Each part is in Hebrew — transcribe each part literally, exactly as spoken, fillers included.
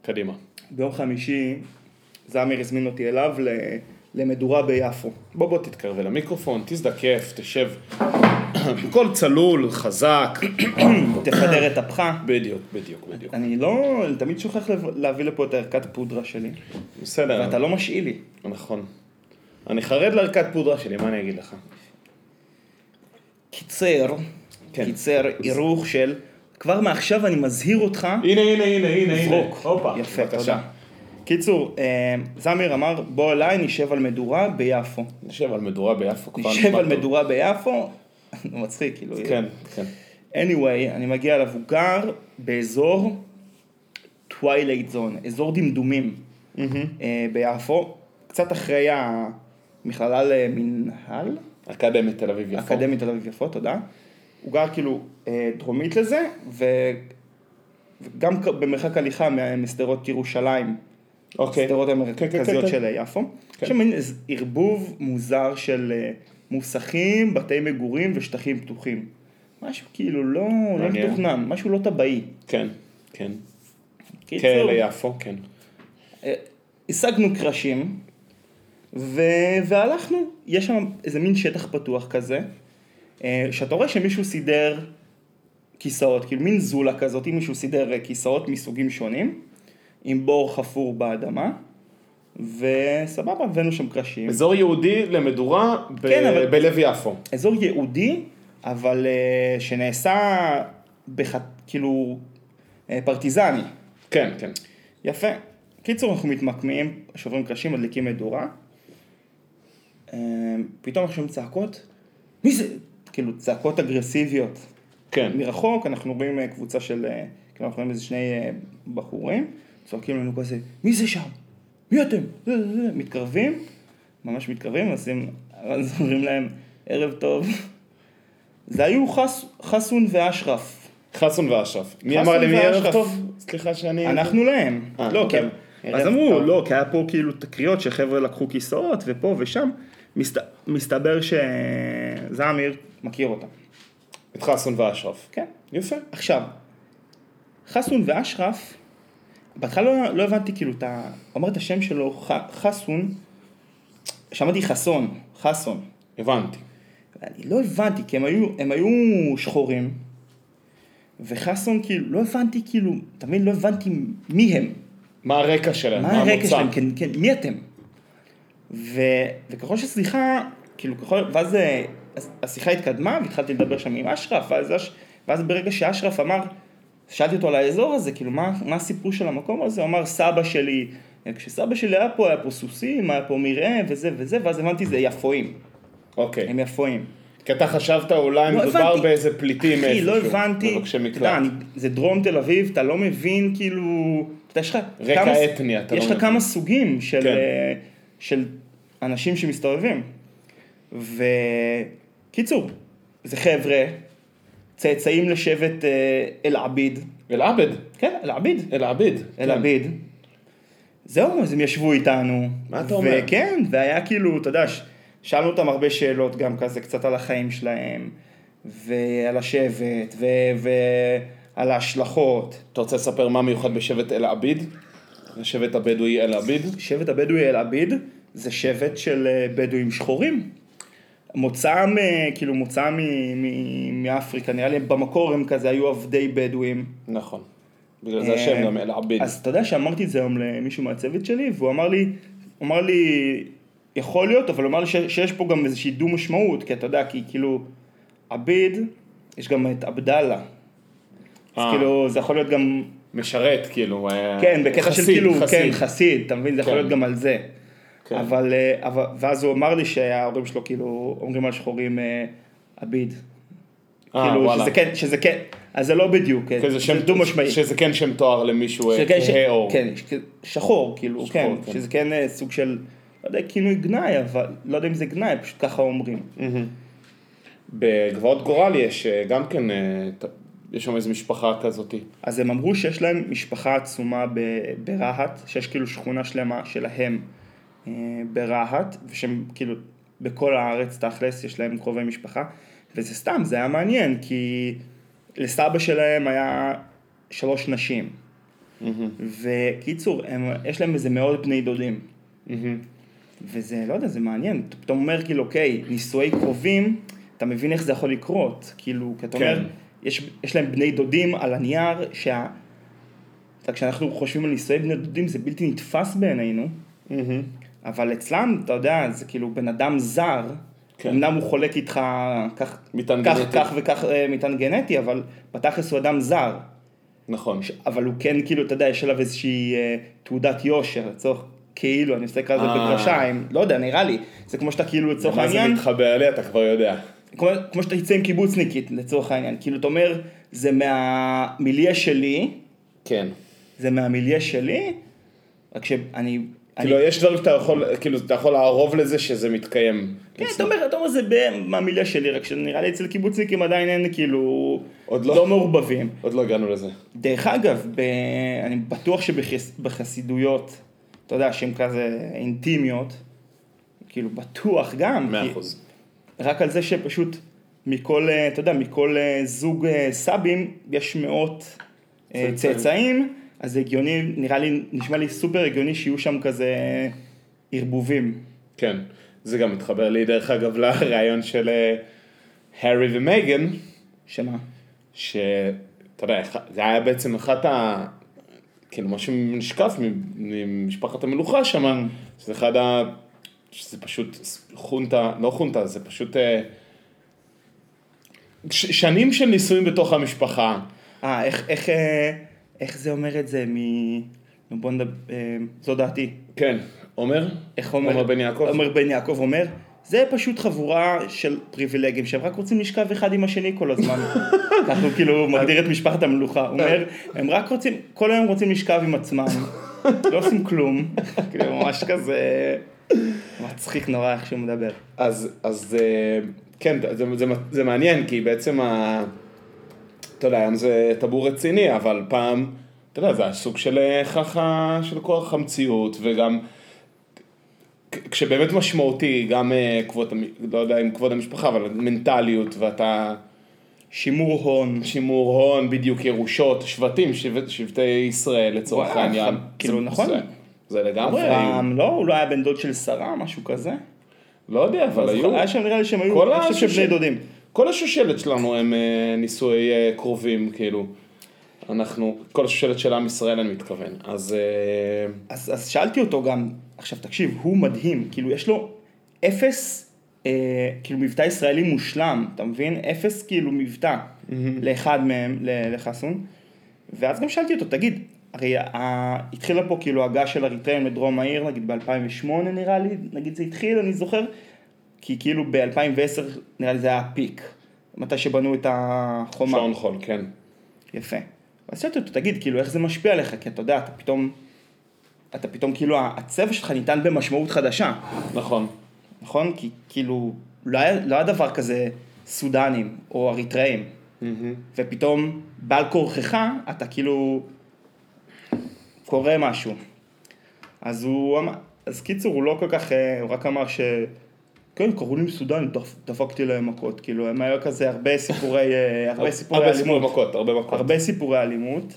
קדימה. ביום חמישי, זמיר הזמין אותי אליו למדורה ביפו. בוא בוא תתקרב אל המיקרופון, תזדקף, תשב. בקול צלול, חזק. תחדר את אפך. בדיוק, בדיוק, בדיוק. אני לא, אני תמיד שוכח להביא לפה את ערכת הפודרה שלי. בסדר. ואתה לא משאיל לי. נכון. אני חרד לערכת פודרה שלי, מה אני אגיד לך? קיצר, כן. קיצר, עירוך של, כבר מעכשיו אני מזהיר אותך. הנה, הנה, הנה, הנה, הנה. זרוק. הופה, יפה, בבקשה. תודה. קיצור, זמיר אמר, בוא אליי, נשב על מדורה ביפו. נשב על מדורה ביפו. כבר נשב נשמע על טוב. מדורה ביפו, מצחיק, כאילו. כן, כן. anyway, אני מגיע אליו, הוא גר באזור Twilight Zone, אזור דמדומים אה, ביפו, קצת אחרי המכללה למנהל, אקדמית תל אביב יפו. אקדמית תל אביב יפו, תודה. הוא גר כאילו אה, דרומית לזה, ו... וגם במרחק הליכה מסדרות ירושלים, אוקיי. סדרות כן, המרכזיות כן, של יפו. יש שם מין איזה ערבוב מוזר של אה, מוסכים, בתי מגורים ושטחים פתוחים. משהו כאילו לא, לא מעניין. מתוכנן, משהו לא טבעי. כן, כן. קיצור, כאלה יפו, כן. אה, השגנו קרשים, ו... והלכנו, יש שם איזה מין שטח פתוח כזה, אה, שאתה רואה שמישהו סידר כיסאות, כאילו מין זולה כזאת, אם מישהו סידר כיסאות מסוגים שונים, עם בור חפור באדמה, וסבבה, הבאנו שם קרשים. אזור יהודי למדורה ב... כן, אבל- בלב יפו. אזור יהודי, אבל אה, שנעשה בח... כאילו אה, פרטיזני. כן, כן. יפה. קיצור, אנחנו מתמקמים, שוברים קרשים, מדליקים מדורה. אה, פתאום אנחנו שומעים צעקות. מי זה? כאילו צעקות אגרסיביות. כן. מרחוק אנחנו רואים אה, קבוצה של, אה, כאילו אנחנו רואים איזה שני אה, בחורים, צועקים לנו כזה, מי זה שם? מי אתם? זה, זה, זה. מתקרבים, ממש מתקרבים, עושים, אז אומרים להם, ערב טוב. זה היו חס, חסון ואשרף. חסון ואשרף. מי חסון אמר לי מי ערב ואשרף. טוב? סליחה שאני... אנחנו להם. אה, לא, אוקיי. כן. ערב אז אמרו, טוב. לא, כי היה פה כאילו תקריות שחבר'ה לקחו כיסאות ופה ושם. מסת... מסתבר שזמיר מכיר אותם. את חסון ואשרף. כן. יפה. עכשיו, חסון ואשרף, בהתחלה לא, לא הבנתי כאילו, אתה אומר את השם שלו, ח, חסון, שמעתי חסון, חסון. הבנתי. אני לא הבנתי, כי הם היו, הם היו שחורים, וחסון כאילו, לא הבנתי כאילו, תמיד לא הבנתי מי הם. מה הרקע שלהם? מה הרקע שלהם, כן, כן, מי אתם? ו, וככל שסליחה, כאילו, ככל, ואז השיחה התקדמה, והתחלתי לדבר שם עם אשרף, ואז, ואז ברגע שאשרף אמר, שאלתי אותו על האזור הזה, כאילו, מה, מה הסיפור של המקום הזה? הוא אמר, סבא שלי, כשסבא שלי היה פה, היה פה סוסים, היה פה מרעה, וזה וזה, ואז הבנתי, זה יפואים. אוקיי. הם יפואים. כי אתה חשבת אולי לא מדובר הבנתי. באיזה פליטים אחי, איפשהו. לא הבנתי. מבקשי אתה מקלט. יודע, אני- זה דרום תל אביב, אתה לא מבין, כאילו, אתה יש לך... רקע כמה- אתני, אתה יש לא לך מבין. כמה סוגים של, כן. אה, של אנשים שמסתובבים. וקיצור, זה חבר'ה, צאצאים לשבט אה, אל-עביד. אל-עבד. כן, אל-עביד. אל-עביד. אל-עביד. זהו, אז הם ישבו איתנו. מה אתה אומר? וכן, והיה כאילו, אתה יודע, ש- שאלנו אותם הרבה שאלות, גם כזה קצת על החיים שלהם, ועל השבט, ו- ועל ההשלכות. אתה רוצה לספר מה מיוחד בשבט אל-עביד? השבט הבדואי אל-עביד? שבט הבדואי אל-עביד זה שבט של אה, בדואים שחורים. מוצאם, אה, כאילו מוצאם מ- מ- מאפריקה, נראה לי במקור הם כזה היו עבדי בדואים. נכון. בגלל זה השם גם אל-עביד. אז אתה יודע שאמרתי את זה היום למישהו מהצוות שלי, והוא אמר לי, הוא אמר לי, יכול להיות, אבל הוא אמר לי ש- שיש פה גם איזושהי דו משמעות, כי אתה יודע, כי כאילו, עביד, יש גם את עבדאללה. אז אה. כאילו, זה יכול להיות גם, משרת, כאילו. אה, כן, בקטע של חסיד, כאילו, חסיד. כן, חסיד, אתה מבין, זה יכול כן. להיות גם על זה. כן. אבל, אה, אבל, ואז הוא אמר לי שההורים שלו כאילו אומרים על שחורים אה, עביד. אה, כאילו, וואלה. שזה כן, שזה כן, אז זה לא בדיוק, כן, זה שם- דו משמעי. שזה כן שם תואר למישהו שזה כן, ש- כהה עור. כן, ש- שחור, כאילו, שחור, כן, כן. שזה כן אה, סוג של, לא יודע, כינוי גנאי, אבל לא יודע אם זה גנאי, פשוט ככה אומרים. מהמם. בגבעות גורל יש אה, גם כן, אה, ת- יש שם איזו משפחה כזאת. אז הם אמרו שיש להם משפחה עצומה ב- ברהט, שיש כאילו שכונה שלמה שלהם אה, ברהט, ושהם כאילו בכל הארץ תכלס יש להם קרובי משפחה, וזה סתם, זה היה מעניין, כי לסבא שלהם היה שלוש נשים, וקיצור, הם, יש להם איזה מאות בני דודים. וזה, לא יודע, זה מעניין. אתה פתאום אומר, כאילו, אוקיי, נישואי קרובים, אתה מבין איך זה יכול לקרות. כאילו, כי אתה אומר, יש, יש להם בני דודים על הנייר, שה... כשאנחנו חושבים על נישואי בני דודים, זה בלתי נתפס בעינינו. אבל אצלם, אתה יודע, זה כאילו בן אדם זר, אמנם הוא חולק איתך כך, כך, כך וכך מטען גנטי, אבל בתכלס הוא אדם זר. נכון. אבל הוא כן, כאילו, אתה יודע, יש עליו איזושהי תעודת יושר, לצורך, כאילו, אני עושה כזה בגרשיים, לא יודע, נראה לי, זה כמו שאתה כאילו לצורך העניין. מה זה מתחבא עליה, אתה כבר יודע. כמו, כמו שאתה יצא עם קיבוצניקית, לצורך העניין, כאילו, אתה אומר, זה מהמיליה שלי, כן. זה מהמיליה שלי, רק שאני... כאילו, יש דברים שאתה יכול, כאילו, אתה יכול לערוב לזה שזה מתקיים. כן, אתה אומר, אתה אומר, זה מהמיליה שלי, רק שנראה לי אצל קיבוצניקים עדיין אין, כאילו, לא מעורבבים. עוד לא הגענו לזה. דרך אגב, אני בטוח שבחסידויות, אתה יודע, שהן כזה אינטימיות, כאילו, בטוח גם. מאה אחוז. רק על זה שפשוט מכל, אתה יודע, מכל זוג סבים, יש מאות צאצאים, אז זה הגיוני, נראה לי, נשמע לי סופר הגיוני שיהיו שם כזה ערבובים. כן, זה גם מתחבר לי דרך אגב לרעיון של הארי ומייגן. שמה? שאתה יודע, זה היה בעצם אחת ה... כאילו, משהו נשקף ממשפחת המלוכה שם, שזה אחד ה... שזה פשוט חונטה, לא חונטה, זה פשוט... שנים של ניסויים בתוך המשפחה. אה, איך... איך... איך זה אומר את זה מ... בוא נדבר, זו דעתי. כן, אומר? איך אומר? אומר בן יעקב? אומר בן יעקב, אומר, זה פשוט חבורה של פריבילגים, שהם רק רוצים לשכב אחד עם השני כל הזמן. אנחנו כאילו מגדיר את משפחת המלוכה. הוא אומר, הם רק רוצים, כל היום רוצים לשכב עם עצמם, לא עושים כלום. כאילו ממש כזה מצחיק נורא איך שהוא מדבר. אז, אז כן, זה, זה, זה מעניין, כי בעצם ה... אתה יודע, היום זה טבור רציני, אבל פעם, אתה יודע, זה הסוג של ככה, של כוח המציאות, וגם, כשבאמת משמעותי, גם כבוד, לא יודע אם כבוד המשפחה, אבל מנטליות, ואתה... שימור הון. שימור הון, בדיוק ירושות, שבטים, שבט, שבטי ישראל, לצורך העניין. כאילו, נכון? זה, זה לגמרי. אברהם, לא? הוא לא היה בן דוד של שרה, משהו כזה? לא יודע, אבל היו... היה שם נראה לי שהם היו, אני חושב שבני דודים. כל השושלת שלנו הם נישואי קרובים, כאילו. אנחנו, כל השושלת של עם ישראל אני מתכוון. אז... אז, אז שאלתי אותו גם, עכשיו תקשיב, הוא מדהים, כאילו יש לו אפס, אה, כאילו מבטא ישראלי מושלם, אתה מבין? אפס כאילו מבטא mm-hmm. לאחד מהם, לחסון. ואז גם שאלתי אותו, תגיד, הרי ה... התחילה פה כאילו הגה של אריתריאים לדרום העיר, נגיד ב-אלפיים ושמונה נראה לי, נגיד זה התחיל, אני זוכר, כי כאילו ב-אלפיים ועשר נראה לי זה היה הפיק, מתי שבנו את החומה. שעון חול, כן. יפה. אז שאלתי אותו, תגיד, כאילו, איך זה משפיע עליך? כי אתה יודע, אתה פתאום, אתה פתאום, כאילו, הצבע שלך ניתן במשמעות חדשה. נכון. נכון? כי כאילו, לא היה, לא היה דבר כזה סודנים או אריתראים. Mm-hmm. ופתאום, בעל כורכך, אתה כאילו, קורא משהו. אז הוא אמר, אז קיצור, הוא לא כל כך, הוא רק אמר ש... כן, קראו לי מסודנים, דפקתי להם מכות, כאילו, הם היו כזה הרבה סיפורי, הרבה סיפורי אלימות. הרבה מכות, הרבה מכות. הרבה סיפורי אלימות.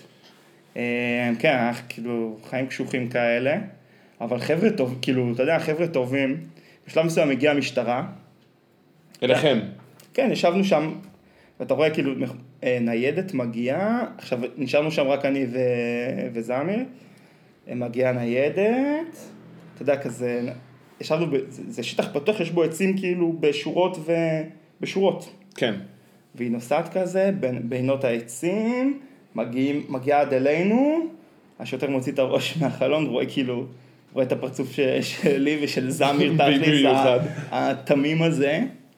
כן, כאילו, חיים קשוחים כאלה, אבל חבר'ה טוב, כאילו, אתה יודע, חבר'ה טובים, בשלב מסוים הגיעה המשטרה. אליכם? כן, ישבנו שם, ואתה רואה כאילו, ניידת מגיעה, עכשיו נשארנו שם רק אני וזמיר, מגיעה ניידת, אתה יודע, כזה... ישבנו, זה שטח פתוח, יש בו עצים כאילו בשורות ובשורות. כן. והיא נוסעת כזה, בין, בינות העצים, מגיעים, מגיעה עד אלינו, השוטר מוציא את הראש מהחלון, רואה כאילו, רואה את הפרצוף ש, שלי ושל זמיר תכליס, התמים הזה.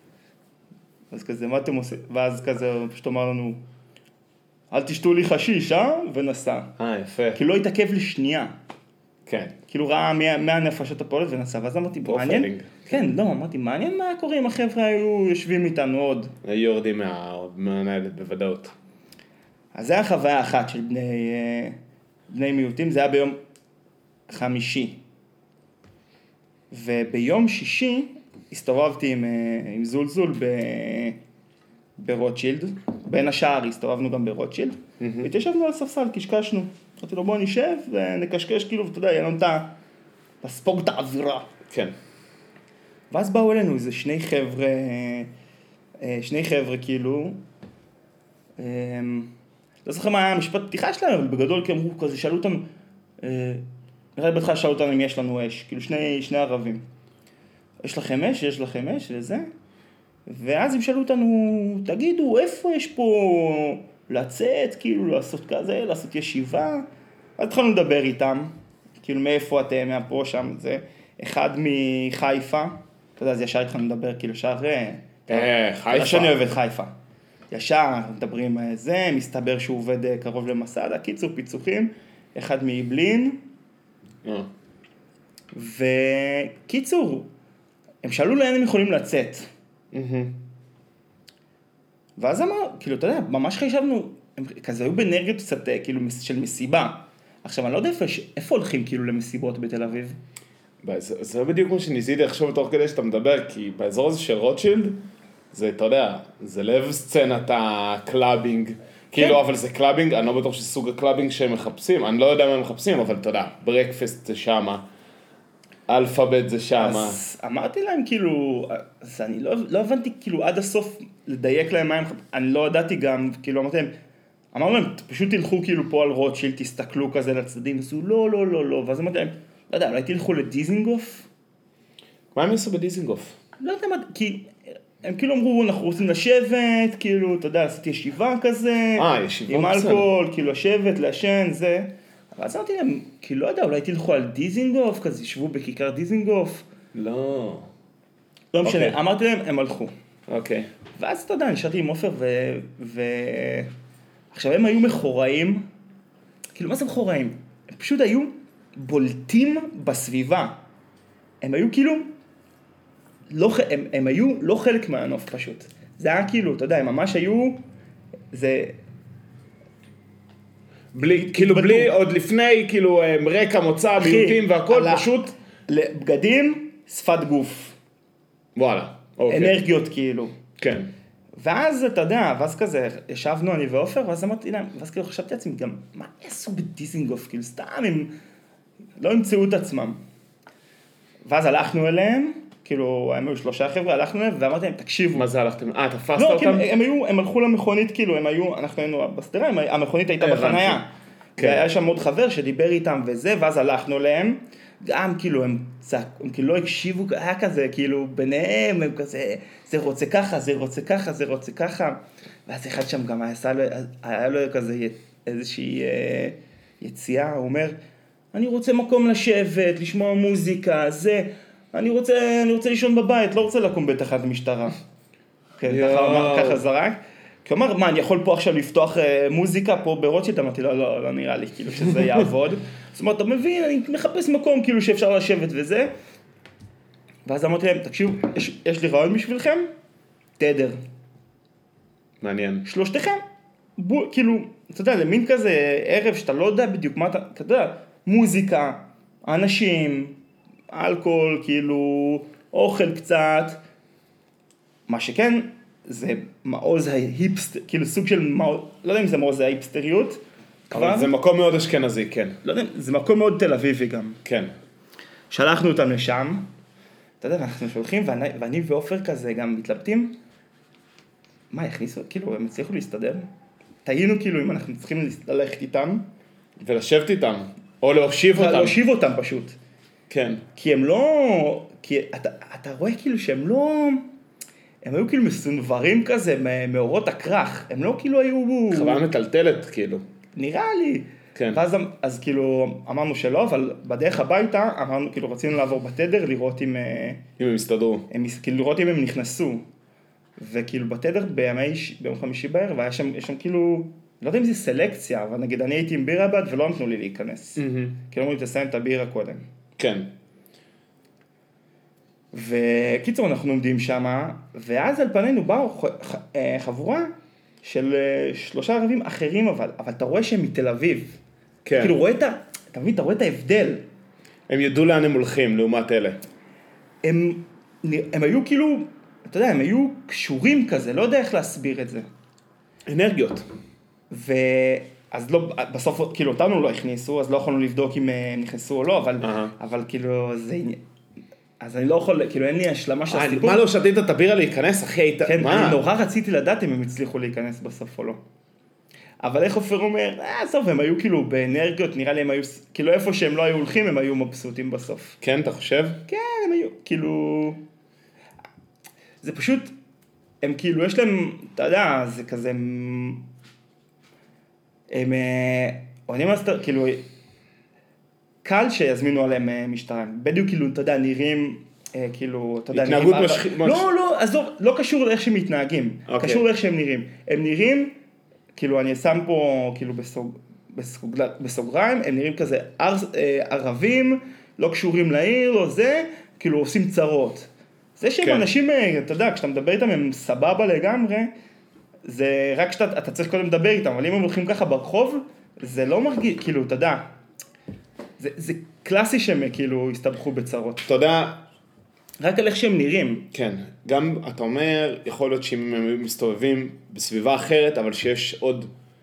אז כזה, מה אתם עושים? ואז כזה, פשוט אמר לנו, אל תשתו לי חשיש, אה? ונסע. אה, יפה. כאילו לא התעכב לשנייה. כן. כאילו ראה מהנפשות הפועלת ונסע, ואז אמרתי, מעניין? כן, לא, אמרתי, מעניין מה קורה אם החבר'ה היו יושבים איתנו עוד. היו יורדים מהניידת בוודאות. אז זה היה חוויה אחת של בני, בני מיעוטים, זה היה ביום חמישי. וביום שישי הסתובבתי עם, עם זולזול ב, ברוטשילד, בין השאר הסתובבנו גם ברוטשילד, והתיישבנו על ספסל, קשקשנו. אמרתי לו בוא נשב ונקשקש כאילו, ואתה יודע, יהיה לנו לספוג את האווירה. כן. ואז באו אלינו איזה שני חבר'ה, שני חבר'ה כאילו, לא זוכר מה היה המשפט פתיחה שלנו, אבל בגדול כי אמרו כזה, שאלו אותנו, נראה לי בהתחלה שאלו אותנו אם יש לנו אש, כאילו שני, שני ערבים. יש לכם אש, יש לכם אש וזה. ואז הם שאלו אותנו, תגידו, איפה יש פה לצאת, כאילו לעשות כזה, לעשות ישיבה? אז התחלנו לדבר איתם, כאילו מאיפה אתם, מהפה, שם, זה. אחד מחיפה, אתה יודע, אז ישר התחלנו לדבר, כאילו ישר... אה, חיפה. שאני אוהב את חיפה. ישר מדברים זה, מסתבר שהוא עובד קרוב למסעדה, קיצור פיצוחים, אחד מאיבלין. אה. וקיצור, הם שאלו לאן הם יכולים לצאת. ואז אמר, כאילו, אתה יודע, ממש חשבנו, הם כזה היו באנרגיות קצת, כאילו, של מסיבה. עכשיו, אני לא יודע איפה, איפה הולכים, כאילו, למסיבות בתל אביב. זה, זה בדיוק כמו שניסיתי לחשוב תוך כדי שאתה מדבר, כי באזור הזה של רוטשילד, זה, אתה יודע, זה לב סצנת הקלאבינג, כאילו, אבל זה קלאבינג, אני לא בטוח שסוג הקלאבינג שהם מחפשים, אני לא יודע מה הם מחפשים, אבל אתה יודע, ברקפסט זה שמה, אלפאבית זה שמה. אז אמרתי להם, כאילו, אז אני לא, לא הבנתי, כאילו, עד הסוף לדייק להם מה הם מחפשים, אני לא ידעתי גם, כאילו, אמרתי להם, אמרנו להם, פשוט תלכו כאילו פה על רוטשילד, תסתכלו כזה לצדדים, עשו לא, לא, לא, לא, ואז אמרתי להם, לא יודע, אולי תלכו לדיזינגוף? מה הם עשו בדיזינגוף? לא יודע מה, כי הם כאילו אמרו, אנחנו רוצים לשבת, כאילו, אתה יודע, לעשות ישיבה כזה, אה, ישיבה עם אלכוהול, כאילו, לשבת, לעשן, זה. ואז אמרתי להם, כאילו, לא יודע, אולי תלכו על דיזינגוף, כזה, ישבו בכיכר דיזינגוף. לא. לא משנה, אמרתי להם, הם הלכו. אוקיי. ואז, אתה יודע, נשארתי עם עופר, ו... ו... עכשיו, הם היו מחוראים, כאילו, מה זה מחוראים? הם פשוט היו בולטים בסביבה. הם היו כאילו, לא, הם, הם היו לא חלק מהנוף פשוט. זה היה כאילו, אתה יודע, הם ממש היו, זה... בלי, כאילו בלי, עוד לפני, כאילו, רקע, מוצא, מיעוטים והכל, פשוט... בגדים, שפת גוף. וואלה, אוקיי. אנרגיות כאילו. כן. ואז, אתה יודע, ואז כזה, ישבנו אני ואופר, ואז אמרתי להם, ואז כאילו חשבתי לעצמי גם, מה יעשו בדיזינגוף? כאילו, סתם, הם לא ימצאו את עצמם. ואז הלכנו אליהם, כאילו, הם היו שלושה חבר'ה, הלכנו אליהם, ואמרתי להם, תקשיבו. מה זה הלכתם? אה, תפסת לא, אותם? לא, הם היו, הם הלכו למכונית, כאילו, הם היו, אנחנו היינו בסדרה, המכונית הייתה בחנייה. כן. והיה שם עוד חבר שדיבר איתם וזה, ואז הלכנו אליהם, גם כאילו, הם צעקו, הם כאילו לא הקשיבו, היה כזה, כאילו, ביניהם, הם כזה, זה רוצה ככה, זה רוצה ככה, זה רוצה ככה. ואז אחד שם גם היה לו, היה לו כזה איזושהי אה, יציאה, הוא אומר, אני רוצה מקום לשבת, לשמוע מוזיקה, זה, אני רוצה, אני רוצה לישון בבית, לא רוצה לקום בתחנת משטרה. כן, ככה, ככה זרק. כי הוא אמר, מה, אני יכול פה עכשיו לפתוח אה, מוזיקה פה ברוטשילד? אמרתי, לא, לא, לא נראה לי, כאילו, שזה יעבוד. זאת אומרת, אתה מבין, אני מחפש מקום, כאילו, שאפשר לשבת וזה. ואז אמרתי להם, תקשיבו, יש, יש לי רעיון בשבילכם? תדר. מעניין. שלושתכם, בוא, כאילו, אתה יודע, למין כזה ערב שאתה לא יודע בדיוק מה אתה, אתה יודע, מוזיקה, אנשים, אלכוהול, כאילו, אוכל קצת, מה שכן, זה מעוז ההיפסטר, כאילו סוג של, מעוז, לא יודע אם זה מעוז ההיפסטריות. אבל כבר? זה מקום מאוד אשכנזי, כן. לא יודע, זה מקום מאוד תל אביבי גם. כן. שלחנו אותם לשם, אתה יודע, אנחנו שולחים, ואני, ואני ואופר כזה גם מתלבטים, מה, יכניסו, כאילו, הם הצליחו להסתדר? תהינו כאילו אם אנחנו צריכים ללכת איתם. ולשבת איתם, או להושיב אותם. להושיב אותם פשוט. כן. כי הם לא, כי אתה, אתה רואה כאילו שהם לא, הם היו כאילו מסונברים כזה, מאורות הכרך, הם לא כאילו היו... חוויה מטלטלת, כאילו. נראה לי. כן. ואז אז כאילו אמרנו שלא, אבל בדרך הביתה אמרנו, כאילו רצינו לעבור בתדר, לראות אם... אם הם הסתדרו. הם, כאילו לראות אם הם נכנסו. וכאילו בתדר בימי, ביום חמישי בערב, היה שם, יש שם כאילו, לא יודע אם זה סלקציה, אבל נגיד אני הייתי עם בירה בת ולא נתנו לי להיכנס. Mm-hmm. כאילו אמרו לי תסיים את הבירה קודם. כן. וקיצור אנחנו עומדים שם, ואז על פנינו באו חבורה של שלושה ערבים אחרים אבל, אבל אתה רואה שהם מתל אביב. כן. כאילו רואה את ה... אתה מבין, אתה רואה את ההבדל. הם ידעו לאן הם הולכים, לעומת אלה. הם, הם היו כאילו, אתה יודע, הם היו קשורים כזה, לא יודע איך להסביר את זה. אנרגיות. ו... אז לא, בסוף, כאילו, אותנו לא הכניסו, אז לא יכולנו לבדוק אם הם נכנסו או לא, אבל, אבל כאילו, זה עניין. אז אני לא יכול, כאילו, אין לי השלמה של הסיפור. מה לא שתית את הבירה להיכנס, אחי? כן, אני נורא רציתי לדעת אם הם הצליחו להיכנס בסוף או לא. אבל איך אופר אומר, אה, סוף, הם היו כאילו באנרגיות, נראה לי הם היו, כאילו, איפה שהם לא היו הולכים, הם היו מבסוטים בסוף. כן, אתה חושב? כן, הם היו, כאילו... זה פשוט, הם כאילו, יש להם, אתה יודע, זה כזה... הם עונים על סטר, כאילו, קל שיזמינו עליהם משטרה, בדיוק כאילו, אתה יודע, נראים, כאילו, אתה יודע, התנהגות משחית, לא, לא, עזוב, לא קשור לאיך שהם מתנהגים, קשור לאיך שהם נראים, הם נראים, כאילו, אני שם פה, כאילו, בסוגריים, הם נראים כזה ערבים, לא קשורים לעיר, לא זה, כאילו, עושים צרות. זה שהם אנשים, אתה יודע, כשאתה מדבר איתם, הם סבבה לגמרי, זה רק שאתה, אתה צריך קודם לדבר איתם, אבל אם הם הולכים ככה ברחוב, זה לא מרגיש, כאילו, אתה יודע, זה, זה קלאסי שהם כאילו הסתבכו בצרות. אתה יודע, רק על איך שהם נראים. כן, גם אתה אומר, יכול להיות שאם הם מסתובבים בסביבה אחרת, אבל שיש עוד,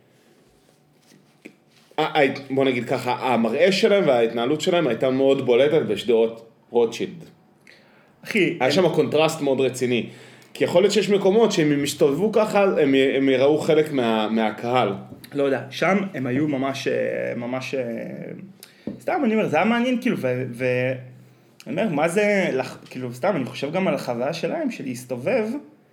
בוא נגיד ככה, המראה שלהם וההתנהלות שלהם הייתה מאוד בולטת בשדרות רוטשילד. אחי, היה שם קונטרסט מאוד רציני. כי יכול להיות שיש מקומות שאם הם משתובבו ככה, הם, הם יראו חלק מה, מהקהל. לא יודע, שם הם היו ממש, ממש, סתם אני אומר, זה היה מעניין כאילו, ואני אומר, מה זה, כאילו, סתם, אני חושב גם על החוויה שלהם, של להסתובב,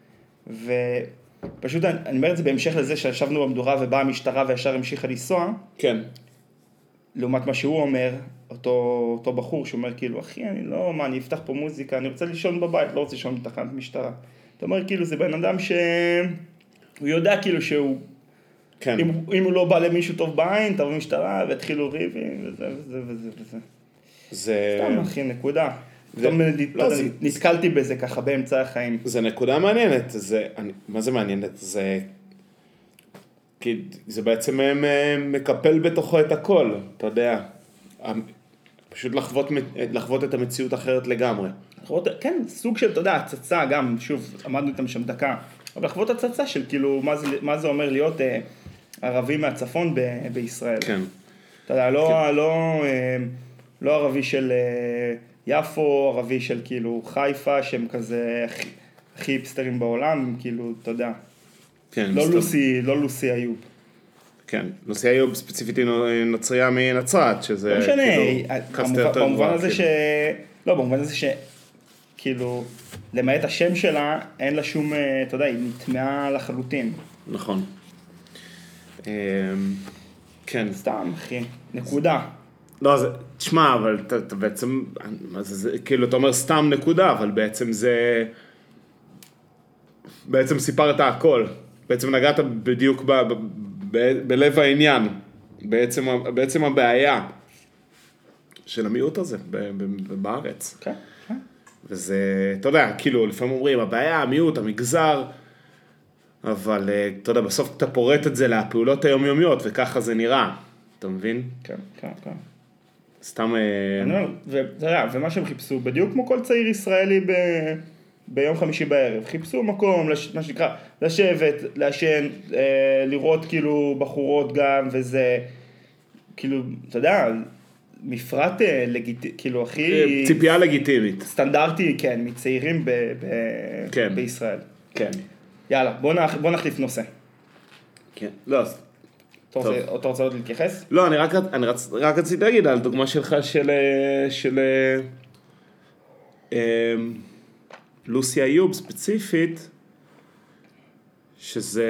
ופשוט אני אומר את זה בהמשך לזה שישבנו במדורה ובאה המשטרה וישר המשיכה לנסוע. כן. לעומת מה שהוא אומר, אותו, אותו בחור שאומר כאילו, אחי, אני לא, מה, אני אפתח פה מוזיקה, אני רוצה לישון בבית, לא רוצה לישון בתחנת משטרה. אתה אומר, כאילו, זה בן אדם שהוא יודע כאילו שהוא, כן. אם, אם הוא לא בא למישהו טוב בעין, תבוא משטרה והתחילו ריבים וזה וזה וזה וזה. זה... סתם, אחי, נקודה. זה... לא, זה... נתקלתי בזה ככה באמצע החיים. זה נקודה מעניינת, זה... אני... מה זה מעניינת? זה... כי זה בעצם מקפל בתוכו את הכל, אתה יודע. פשוט לחוות, לחוות את המציאות אחרת לגמרי. לחוות, כן, סוג של, אתה יודע, הצצה גם, שוב, עמדנו איתם שם דקה, אבל לחוות הצצה של כאילו, מה זה, מה זה אומר להיות אה, ערבי מהצפון ב, בישראל. כן. אתה יודע, לא, כן. לא, אה, לא ערבי של אה, יפו, ערבי של כאילו חיפה, שהם כזה הכי, הכי היפסטרים בעולם, כאילו, אתה יודע. כן. לא מסתובב. לוסי, לא לוסי איוב. כן, לוסי איוב ספציפית נוצריה מנצרת, שזה לא משנה, כאילו, במובן הזה ש... לא, במובן הזה ש... כאילו, למעט השם שלה, אין לה שום, אתה יודע, היא נטמעה לחלוטין. נכון. כן. סתם, אחי, נקודה. לא, זה, תשמע, אבל אתה, אתה בעצם, זה, זה, כאילו, אתה אומר סתם נקודה, אבל בעצם זה, בעצם סיפרת הכל. בעצם נגעת בדיוק ב... ב ב- בלב העניין, בעצם, בעצם הבעיה של המיעוט הזה ב- ב- בארץ. כן, כן. וזה, אתה יודע, כאילו, לפעמים אומרים, הבעיה, המיעוט, המגזר, אבל אתה יודע, בסוף אתה פורט את זה לפעולות היומיומיות, וככה זה נראה, אתה מבין? כן, כן, כן. סתם... אני אומר, ואתה יודע, ומה שהם חיפשו, בדיוק כמו כל צעיר ישראלי ב... ביום חמישי בערב, חיפשו מקום, מה שנקרא, לשבת, לעשן, לראות כאילו בחורות גם, וזה, כאילו, אתה יודע, מפרט לגיטימי, כאילו, הכי... ציפייה לגיטימית. סטנדרטי, כן, מצעירים ב- ב- כן. בישראל. כן. יאללה, בוא, נח, בוא נחליף נושא. כן. לא, אתה רוצה, אתה רוצה עוד להתייחס? לא, אני רק, אני רצ, רק רציתי להגיד על דוגמה שלך של... של לוסי איוב ספציפית, שזה...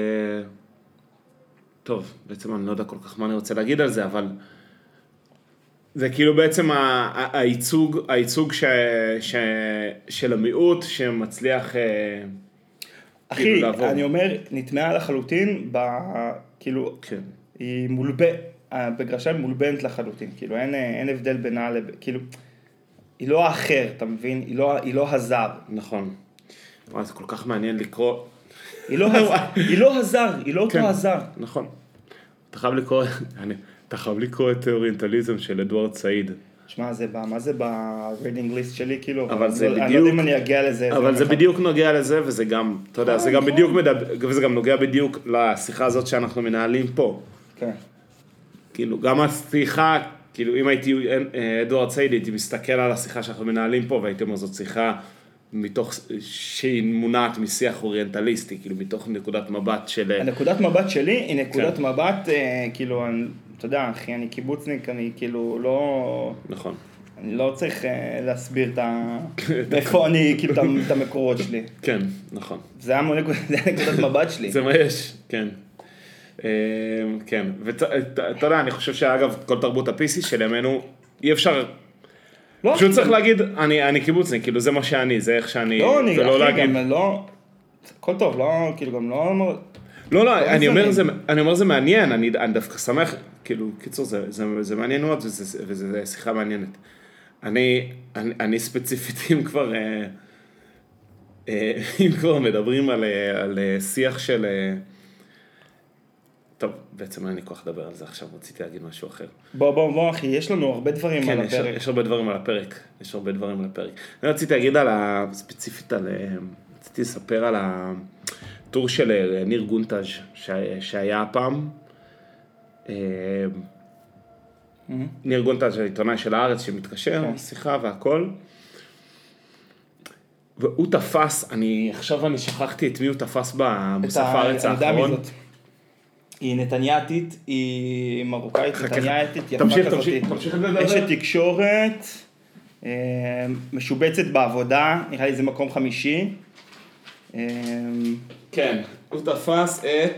טוב, בעצם אני לא יודע כל כך מה אני רוצה להגיד על זה, אבל זה כאילו בעצם הייצוג, הייצוג ש... ש... של המיעוט שמצליח אחי, כאילו לעבור. אני אומר, נטמעה לחלוטין, ב... כאילו, כן. היא מולבנת, בגרשיים מולבנת לחלוטין, כאילו אין, אין הבדל בינה לב... כאילו... היא לא האחר, אתה מבין? היא לא, היא לא הזר. נכון. וואי, זה כל כך מעניין לקרוא. היא לא, הז... היא לא הזר, היא לא אותו כן, הזר. נכון. אתה חייב לקרוא, אני, אתה חייב לקרוא את אוריינטליזם של אדוארד סעיד. שמע, זה בא, מה זה ב-reading list שלי, כאילו? אבל זה לא, בדיוק... אני לא יודע אם אני אגיע לזה. אבל זה אחד. בדיוק נוגע לזה, וזה גם, אתה יודע, זה גם בדיוק מדבר, וזה גם נוגע בדיוק לשיחה הזאת שאנחנו מנהלים פה. אוקיי. כאילו, גם השיחה, כאילו, אם הייתי אדוארד סייד, הייתי מסתכל על השיחה שאנחנו מנהלים פה, והייתי אומר, זאת שיחה מתוך, שהיא מונעת משיח אוריינטליסטי, כאילו, מתוך נקודת מבט של... הנקודת מבט שלי היא נקודת מבט, כאילו, אתה יודע, אחי, אני קיבוצניק, אני כאילו לא... נכון. אני לא צריך להסביר את ה... איפה אני, כאילו, את המקורות שלי. כן, נכון. זה הנקודת מבט שלי. זה מה יש, כן. כן, ואתה יודע, אני חושב שאגב, כל תרבות ה-פי סי של ימינו, אי אפשר... פשוט צריך להגיד, אני קיבוצניק, כאילו, זה מה שאני, זה איך שאני... לא, אני גם לא... הכל טוב, לא, כאילו, גם לא... לא, לא, אני אומר זה מעניין, אני דווקא שמח, כאילו, קיצור, זה מעניין מאוד, וזו שיחה מעניינת. אני ספציפית, אם כבר, אם כבר מדברים על שיח של... טוב, בעצם אין לי כוח לדבר על זה עכשיו, רציתי להגיד משהו אחר. בוא, בוא, בוא, אחי, יש לנו הרבה דברים על הפרק. כן, יש הרבה דברים על הפרק, יש הרבה דברים על הפרק. אני רציתי להגיד על ה... ספציפית על... רציתי לספר על הטור של ניר גונטאז' שהיה פעם. ניר גונטאז' העיתונאי של הארץ שמתקשר, שיחה והכל. והוא תפס, אני, עכשיו אני שכחתי את מי הוא תפס במוסף הארץ האחרון. היא נתניאתית, היא מרוקאית, נתניאתית, יפה תמשיך, כזאת. תמשיך, תמשיך לדבר. יש תקשורת, משובצת בעבודה, נראה לי זה מקום חמישי. כן, הוא תפס את...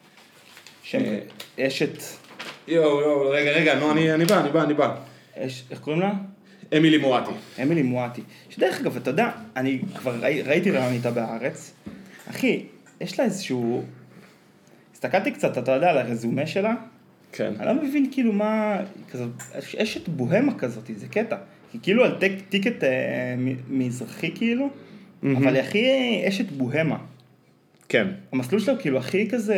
יש את... יואו, יואו, רגע, רגע, נו, אני בא, אני בא, אני בא. איך קוראים לה? אמילי מואטי. אמילי מואטי. שדרך אגב, אתה יודע, אני כבר ראיתי רעיון איתה בארץ. אחי, יש לה איזשהו... הסתכלתי קצת, אתה יודע, על הרזומה שלה. כן. אני לא מבין כאילו מה... כזאת, אשת בוהמה כזאת, זה קטע. היא כאילו על טיקט מזרחי כאילו, אבל היא הכי אשת בוהמה. כן. המסלול שלו כאילו הכי כזה...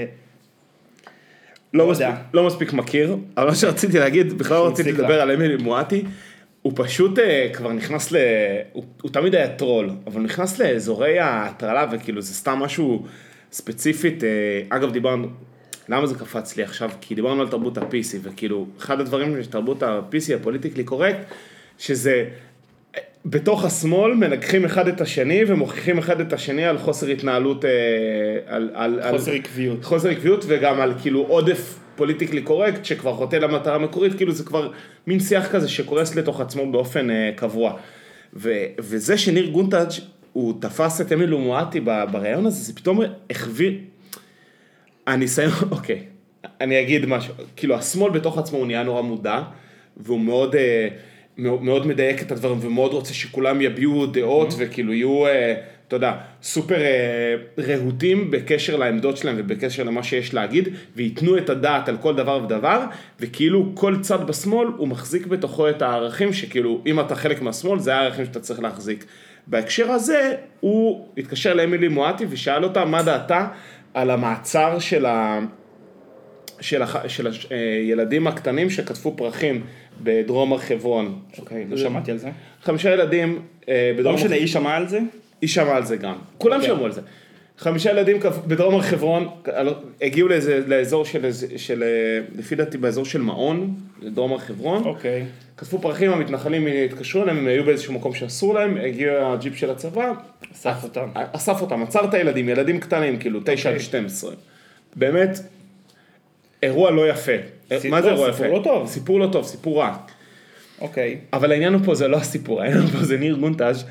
לא מספיק מכיר, אבל מה שרציתי להגיד, בכלל רציתי לדבר על אמילי מואטי, הוא פשוט כבר נכנס ל... הוא תמיד היה טרול, אבל הוא נכנס לאזורי ההטרלה, וכאילו זה סתם משהו ספציפית, אגב דיברנו, למה זה קפץ לי עכשיו? כי דיברנו על תרבות ה-פי סי, וכאילו אחד הדברים של תרבות ה-פי סי, הפוליטיקלי קורקט, שזה בתוך השמאל מנגחים אחד את השני, ומוכיחים אחד את השני על חוסר התנהלות, על, על, חוסר עקביות. חוסר עקביות, וגם על כאילו עודף פוליטיקלי קורקט, שכבר חוטא למטרה המקורית, כאילו זה כבר מין שיח כזה שקורס לתוך עצמו באופן קבוע. ו, וזה שניר גונטאז' הוא תפס את אמילי מואטי ברעיון הזה, זה פתאום החביא, הניסיון, אוקיי, אני אגיד משהו, כאילו השמאל בתוך עצמו הוא נהיה נורא מודע, והוא מאוד... מאוד מדייק את הדברים, ומאוד רוצה שכולם יביעו דעות, וכאילו יהיו, אתה יודע, סופר רהוטים בקשר לעמדות שלהם, ובקשר למה שיש להגיד, ויתנו את הדעת על כל דבר ודבר, וכאילו כל צד בשמאל, הוא מחזיק בתוכו את הערכים, שכאילו, אם אתה חלק מהשמאל, זה הערכים שאתה צריך להחזיק. בהקשר הזה, הוא התקשר לאמילי מואטי, ושאל אותה מה דעתה על המעצר של ה... של, הח... של הילדים הקטנים שכתבו פרחים בדרום הר חברון. אוקיי, לא שמעתי על זה. חמישה ילדים בדרום... לא משנה, היא שמעה על זה? היא שמעה על זה גם. כולם שמעו על זה. חמישה ילדים בדרום הר חברון הגיעו לאזור של, של, לפי דעתי באזור של מעון, לדרום הר חברון. אוקיי. כתבו פרחים, המתנחלים התקשרו להם, הם היו באיזשהו מקום שאסור להם, הגיע הג'יפ של הצבא. אסף אותם. אסף אותם, עצר את הילדים, ילדים קטנים, כאילו, תשע עד שתים עשרה. באמת, אירוע לא יפה. מה זה אירוע יפה? סיפור לא טוב. סיפור לא טוב, סיפור רע. אוקיי. אבל העניין פה זה לא הסיפור, העניין פה זה ניר גונטאז'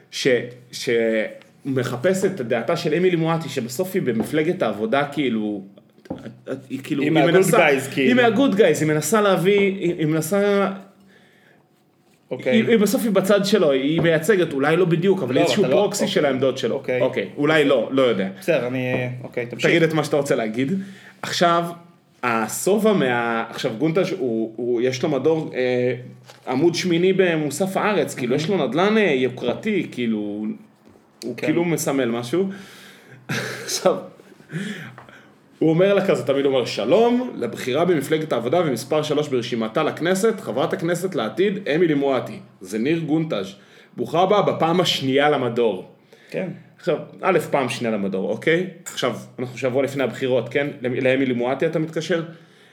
שמחפש את הדעתה של אמילי מואטי, שבסוף היא במפלגת העבודה, כאילו, היא מהגוד גייז, כאילו. היא מהגוד גייז, היא מנסה להביא, היא מנסה... אוקיי. היא בסוף היא בצד שלו, היא מייצגת, אולי לא בדיוק, אבל איזשהו פרוקסי של העמדות שלו. אוקיי. אוקיי, אולי לא, לא יודע. בסדר, אני... אוקיי, תמשיך. תגיד את מה שאתה רוצה להגיד. עכשיו, הסובה מה... עכשיו, גונטאז' הוא, הוא, יש לו מדור אה, עמוד שמיני במוסף הארץ, כאילו, יש לו נדל"ן יוקרתי, כאילו, הוא כן. כאילו מסמל משהו. עכשיו, הוא אומר לה כזה, תמיד אומר, שלום, לבחירה במפלגת העבודה ומספר שלוש ברשימתה לכנסת, חברת הכנסת לעתיד, אמילי מואטי. זה ניר גונטאז'. ברוכה הבאה בפעם השנייה למדור. כן. עכשיו, א', פעם שנייה למדור, אוקיי? עכשיו, אנחנו שבוע לפני הבחירות, כן? לאמילי מואטי אתה מתקשר?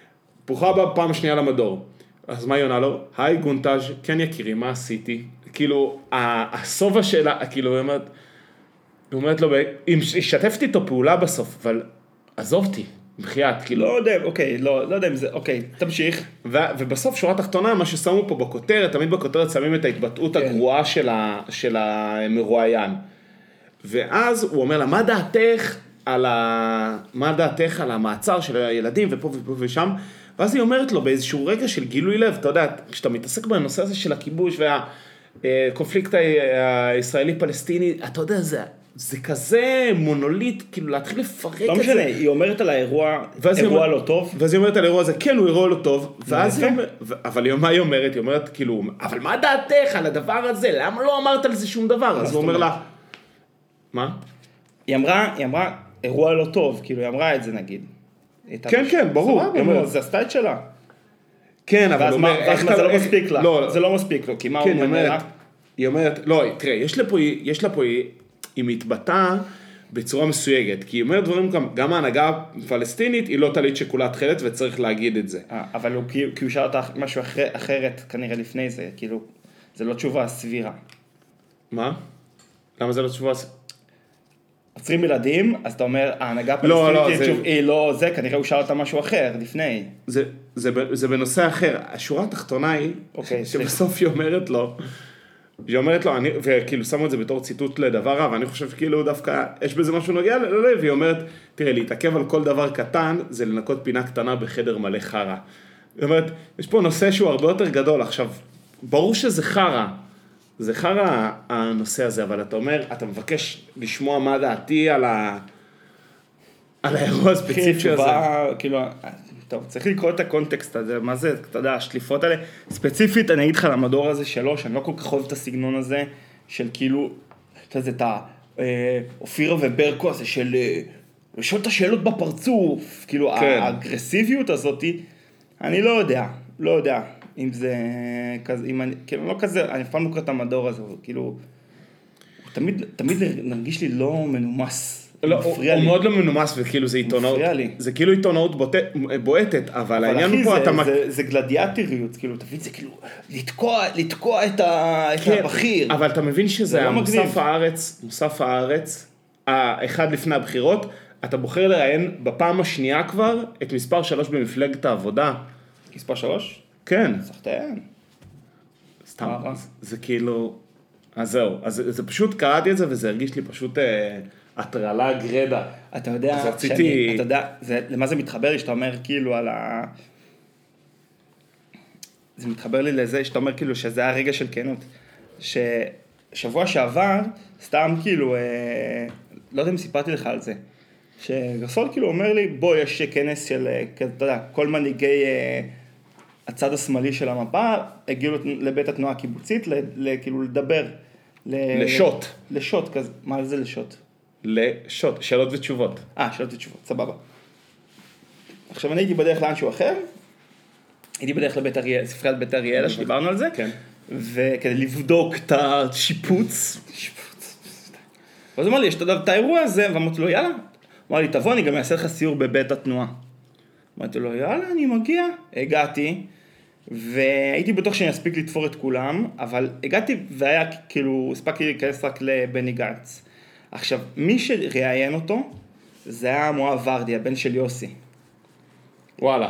ברוכה הבאה פעם שנייה למדור. אז מה היא עונה לו? היי גונטאז', כן יקירי, מה עשיתי? כאילו, הסוף השאלה, כאילו, היא אומרת, היא אומרת לו, היא שתפתי איתו פעולה בסוף, אבל עזובתי, בחייאת, כאילו. לא יודע, אוקיי, לא, לא יודע אם זה, אוקיי, תמשיך. ו, ובסוף, שורה תחתונה, מה ששמו פה בכותרת, תמיד בכותרת שמים את ההתבטאות כן. הגרועה של, ה, של המרואיין. ואז הוא אומר לה, מה דעתך על, ה, מה דעתך על המעצר של הילדים, ופה ופה ושם, ואז היא אומרת לו באיזשהו רגע של גילוי לב, אתה יודע, כשאתה מתעסק בנושא הזה של הכיבוש והקונפליקט הישראלי-פלסטיני, אתה יודע, זה, זה כזה מונוליט, כאילו להתחיל לפרק את זה. לא משנה, היא אומרת על האירוע, אירוע לא טוב. ואז היא אומרת על האירוע הזה, כן, הוא אירוע לא טוב, ואז היא אומרת, אבל מה היא אומרת? היא אומרת, כאילו, אבל מה דעתך על הדבר הזה? למה לא אמרת על זה שום דבר? אז הוא אומר לה, מה? היא אמרה, היא אמרה, אירוע לא טוב, כאילו, היא אמרה את זה נגיד. כן, כן, ברור. זה הסטייט שלה. כן, אבל הוא אומר, ואז זה לא מספיק לה. זה לא מספיק לו, כי מה הוא אומר לה? היא אומרת, לא, תראה, יש לה פה, היא מתבטאה בצורה מסויגת, כי היא אומרת דברים, גם ההנהגה הפלסטינית היא לא טלית שכולה תחילת וצריך להגיד את זה. אבל הוא, כי הוא שאל אותך משהו אחרת כנראה לפני זה, כאילו, זה לא תשובה סבירה. מה? למה זה לא תשובה סבירה? עוצרים ילדים, אז אתה אומר, ההנהגה הפלסטינית היא לא זה, כנראה הוא שאל אותה משהו אחר לפני. זה בנושא אחר. השורה התחתונה היא, שבסוף היא אומרת לו, היא אומרת לו, וכאילו שמו את זה בתור ציטוט לדבר רב, ואני חושב כאילו דווקא, יש בזה משהו נוגע ללב, היא אומרת, תראה, להתעכב על כל דבר קטן, זה לנקות פינה קטנה בחדר מלא חרה. היא אומרת, יש פה נושא שהוא הרבה יותר גדול, עכשיו, ברור שזה חרה, זה חרה הנושא הזה, אבל אתה אומר, אתה מבקש לשמוע מה דעתי על ה... על האירוע הספציפי הזה. כאילו, טוב, צריך לקרוא את הקונטקסט הזה, מה זה, אתה יודע, השליפות האלה. ספציפית, אני אגיד לך למדור הזה שלוש, אני לא כל כך אוהב את הסגנון הזה, של כאילו, אתה יודע, את האופירה וברקו הזה, של לשאול את השאלות בפרצוף, כאילו, האגרסיביות הזאת, אני לא יודע, לא יודע. אם זה כזה, אם אני, כאילו, לא כזה, אני פעם לא קורא את המדור הזה, כאילו, הוא תמיד, תמיד נרגיש לי לא מנומס. לא, הוא, הוא מאוד לא מנומס, וכאילו זה עיתונאות, זה כאילו עיתונאות בועטת, אבל העניין הוא פה, אתה... אבל אחי, זה, זה גלדיאטריות, כאילו, תבין, זה כאילו, לתקוע, לתקוע את, ה, את כן, הבחיר. אבל אתה מבין שזה לא המוסף מגניב. הארץ, מוסף הארץ, האחד לפני הבחירות, אתה בוחר לראיין בפעם השנייה כבר, את מספר שלוש במפלגת העבודה. מספר שלוש? כן. סחטיין. סתם, זה כאילו, אז זהו, אז זה פשוט, קראתי את זה, וזה הרגיש לי פשוט הטרלה גרדה. אתה יודע, שאני, אתה יודע, למה זה מתחבר לי, שאתה אומר כאילו על ה... זה מתחבר לי לזה, שאתה אומר כאילו שזה היה רגע של כנות. ששבוע שעבר, סתם כאילו, לא יודע אם סיפרתי לך על זה, שגרסול כאילו אומר לי, בוא, יש כנס של, אתה יודע, כל מנהיגי... הצד השמאלי של המפה, הגיעו לבית התנועה הקיבוצית, כאילו לדבר. לשוט. לשוט, כזה. מה זה לשוט? לשוט, שאלות ותשובות. אה, שאלות ותשובות, סבבה. עכשיו אני הייתי בדרך לאנשהו אחר, הייתי בדרך לבית אריאל, ספריית בית אריאלה, שדיברנו על זה, כן. וכדי לבדוק את השיפוץ, שיפוץ. ואז אמר לי, יש את האירוע הזה, ואמרתי לו, יאללה. אמר לי, תבוא, אני גם אעשה לך סיור בבית התנועה. אמרתי לו, יאללה, אני מגיע. הגעתי, והייתי בטוח שאני אספיק לתפור את כולם, אבל הגעתי והיה כאילו, הספקתי להיכנס רק לבני גנץ. עכשיו, מי שראיין אותו, זה היה מואב ורדי, הבן של יוסי. וואלה.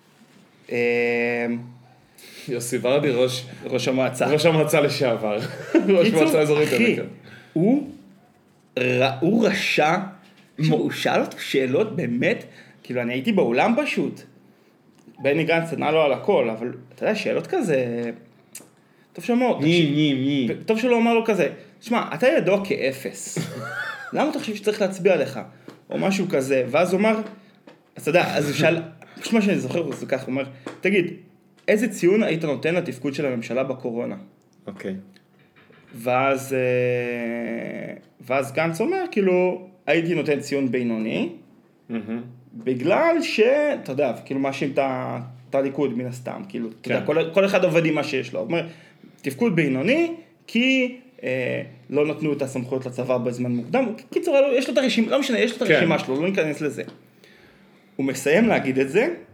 יוסי ורדי, ראש... ראש המועצה. ראש המועצה לשעבר. ראש מועצה אזורית. אחי, הוא, הוא רשע, הוא שאל אותו שאלות באמת, כאילו אני הייתי באולם פשוט, בני גנץ ענה לו על הכל, אבל אתה יודע, שאלות כזה, טוב שאומר, מי, מי, מי. טוב שלא אומר לו כזה, תשמע, אתה ידוע כאפס, למה אתה חושב שצריך להצביע לך, או משהו כזה, ואז הוא אמר, אז אתה יודע, אז הוא שאל, פשוט מה שאני זוכר, זה כך, הוא אומר, תגיד, איזה ציון היית נותן לתפקוד של הממשלה בקורונה? אוקיי. ואז, ואז גנץ אומר, כאילו, הייתי נותן ציון בינוני, בגלל ש, אתה יודע, כאילו מאשים את הליכוד מן הסתם, כאילו, אתה יודע, כל אחד עובד עם מה שיש לו, הוא אומר, תפקוד בינוני, כי לא נתנו את הסמכויות לצבא בזמן מוקדם, קיצור, יש לו את הרשימה, לא משנה, יש לו את הרשימה שלו, לא ניכנס לזה. הוא מסיים להגיד את זה,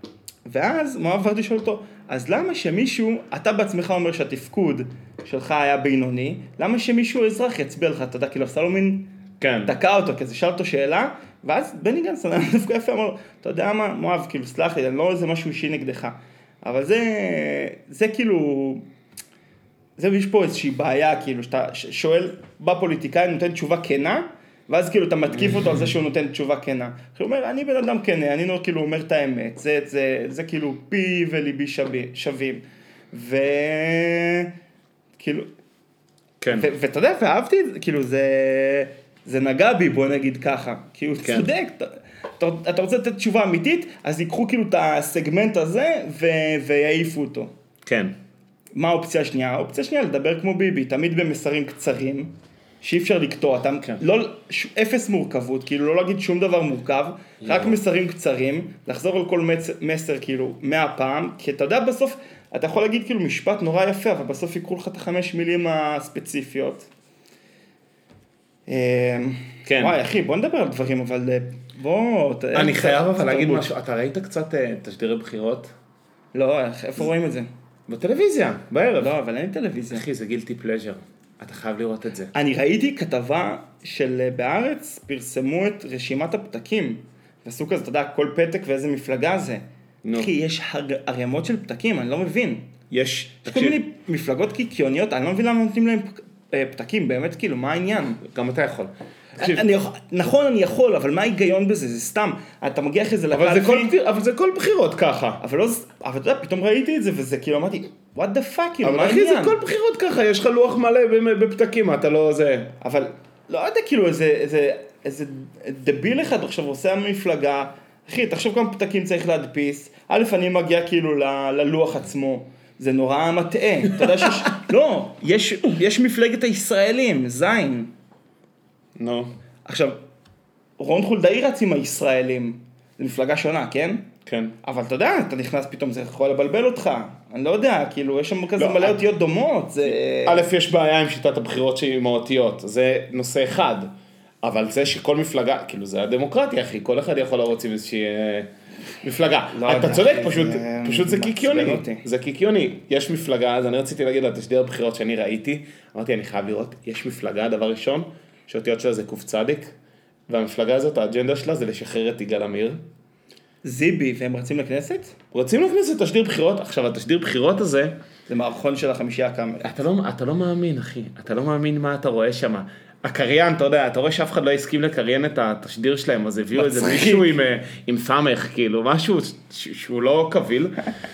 ואז מואב ורדי שואל אותו, אז למה שמישהו, אתה בעצמך אומר שהתפקוד שלך היה בינוני, למה שמישהו אזרח יצביע לך, אתה יודע, כאילו סלומין כן. תקע אותו, כי זה שאל אותו שאלה, ואז בני גנץ, אני דווקא יפה, אמר לו, אתה יודע מה, מואב, כאילו, סלח לי, אני לא איזה משהו אישי נגדך, אבל זה, זה כאילו, זה יש פה איזושהי בעיה, כאילו, שאתה שואל, בא פוליטיקאי, נותן תשובה כנה, ואז כאילו אתה מתקיף אותו על זה שהוא נותן תשובה כנה. הוא אומר, אני בן אדם כנה, אני לא כאילו אומר את האמת, זה, זה, זה כאילו פי וליבי שווים. ו... כאילו... כן. ו- ואתה יודע, ואהבתי את זה, כאילו זה, זה נגע בי, בוא נגיד ככה. כאילו, כן. צודק, אתה, אתה רוצה לתת תשובה אמיתית, אז ייקחו כאילו את הסגמנט הזה ו- ויעיפו אותו. כן. מה האופציה השנייה? האופציה השנייה, לדבר כמו ביבי, תמיד במסרים קצרים, שאי אפשר לקטוע אותם, כן. לא, ש, אפס מורכבות, כאילו לא להגיד שום דבר מורכב, לא. רק מסרים קצרים, לחזור על כל מצ, מסר כאילו מאה פעם, כי אתה יודע בסוף, אתה יכול להגיד כאילו משפט נורא יפה, אבל בסוף יקרו לך את החמש מילים הספציפיות. כן. וואי אחי, בוא נדבר על דברים, אבל בוא... אני חייב אבל להגיד משהו, אתה ראית קצת תשדירי בחירות? לא, איפה רואים את זה? בטלוויזיה, בערב. לא, אבל אין טלוויזיה. אחי, זה גילטי פלז'ר. אתה חייב לראות את זה. אני ראיתי כתבה של בארץ, פרסמו את רשימת הפתקים. ועשו כזה, אתה יודע, כל פתק ואיזה מפלגה זה. אחי, יש ערימות של פתקים, אני לא מבין. יש... יש כל מיני מפלגות קיקיוניות, אני לא מבין למה נותנים להם פתקים, באמת כאילו, מה העניין? גם אתה יכול. נכון, אני יכול, אבל מה ההיגיון בזה? זה סתם, אתה מגיע אחרי זה לקלפי. אבל זה כל בחירות ככה. אבל אתה יודע, פתאום ראיתי את זה, וזה כאילו, אמרתי, what the fuck, כאילו, מה העניין? אבל אחי, זה כל בחירות ככה, יש לך לוח מלא בפתקים, אתה לא זה. אבל, לא יודע, כאילו, איזה דביל אחד עכשיו עושה המפלגה, אחי, תחשוב כמה פתקים צריך להדפיס, א', אני מגיע כאילו ללוח עצמו, זה נורא מטעה, אתה יודע שיש, לא, יש מפלגת הישראלים, זין. נו. עכשיו, רון חולדאי רץ עם הישראלים, זו מפלגה שונה, כן? כן. אבל אתה יודע, אתה נכנס פתאום, זה יכול לבלבל אותך. אני לא יודע, כאילו, יש שם כזה מלא אותיות דומות, זה... א', יש בעיה עם שיטת הבחירות שהיא עם האותיות, זה נושא אחד. אבל זה שכל מפלגה, כאילו, זה הדמוקרטיה, אחי, כל אחד יכול לרוץ עם איזושהי מפלגה. אתה צודק, פשוט זה קיקיוני. זה קיקיוני. יש מפלגה, אז אני רציתי להגיד על תשדיר הבחירות שאני ראיתי, אמרתי, אני חייב לראות, יש מפלגה, דבר ראשון, שאותיות שלה זה קוף צדיק, והמפלגה הזאת, האג'נדה שלה זה לשחרר את יגאל עמיר. זיבי, והם רצים לכנסת? רצים לכנסת, תשדיר בחירות. עכשיו, התשדיר בחירות הזה... זה מערכון של החמישייה הקאמרית. אתה לא, אתה לא מאמין, אחי. אתה לא מאמין מה אתה רואה שם. הקריין, אתה יודע, אתה רואה שאף אחד לא הסכים לקריין את התשדיר שלהם, אז הביאו איזה מישהו עם, עם סמך, כאילו, משהו שהוא לא קביל.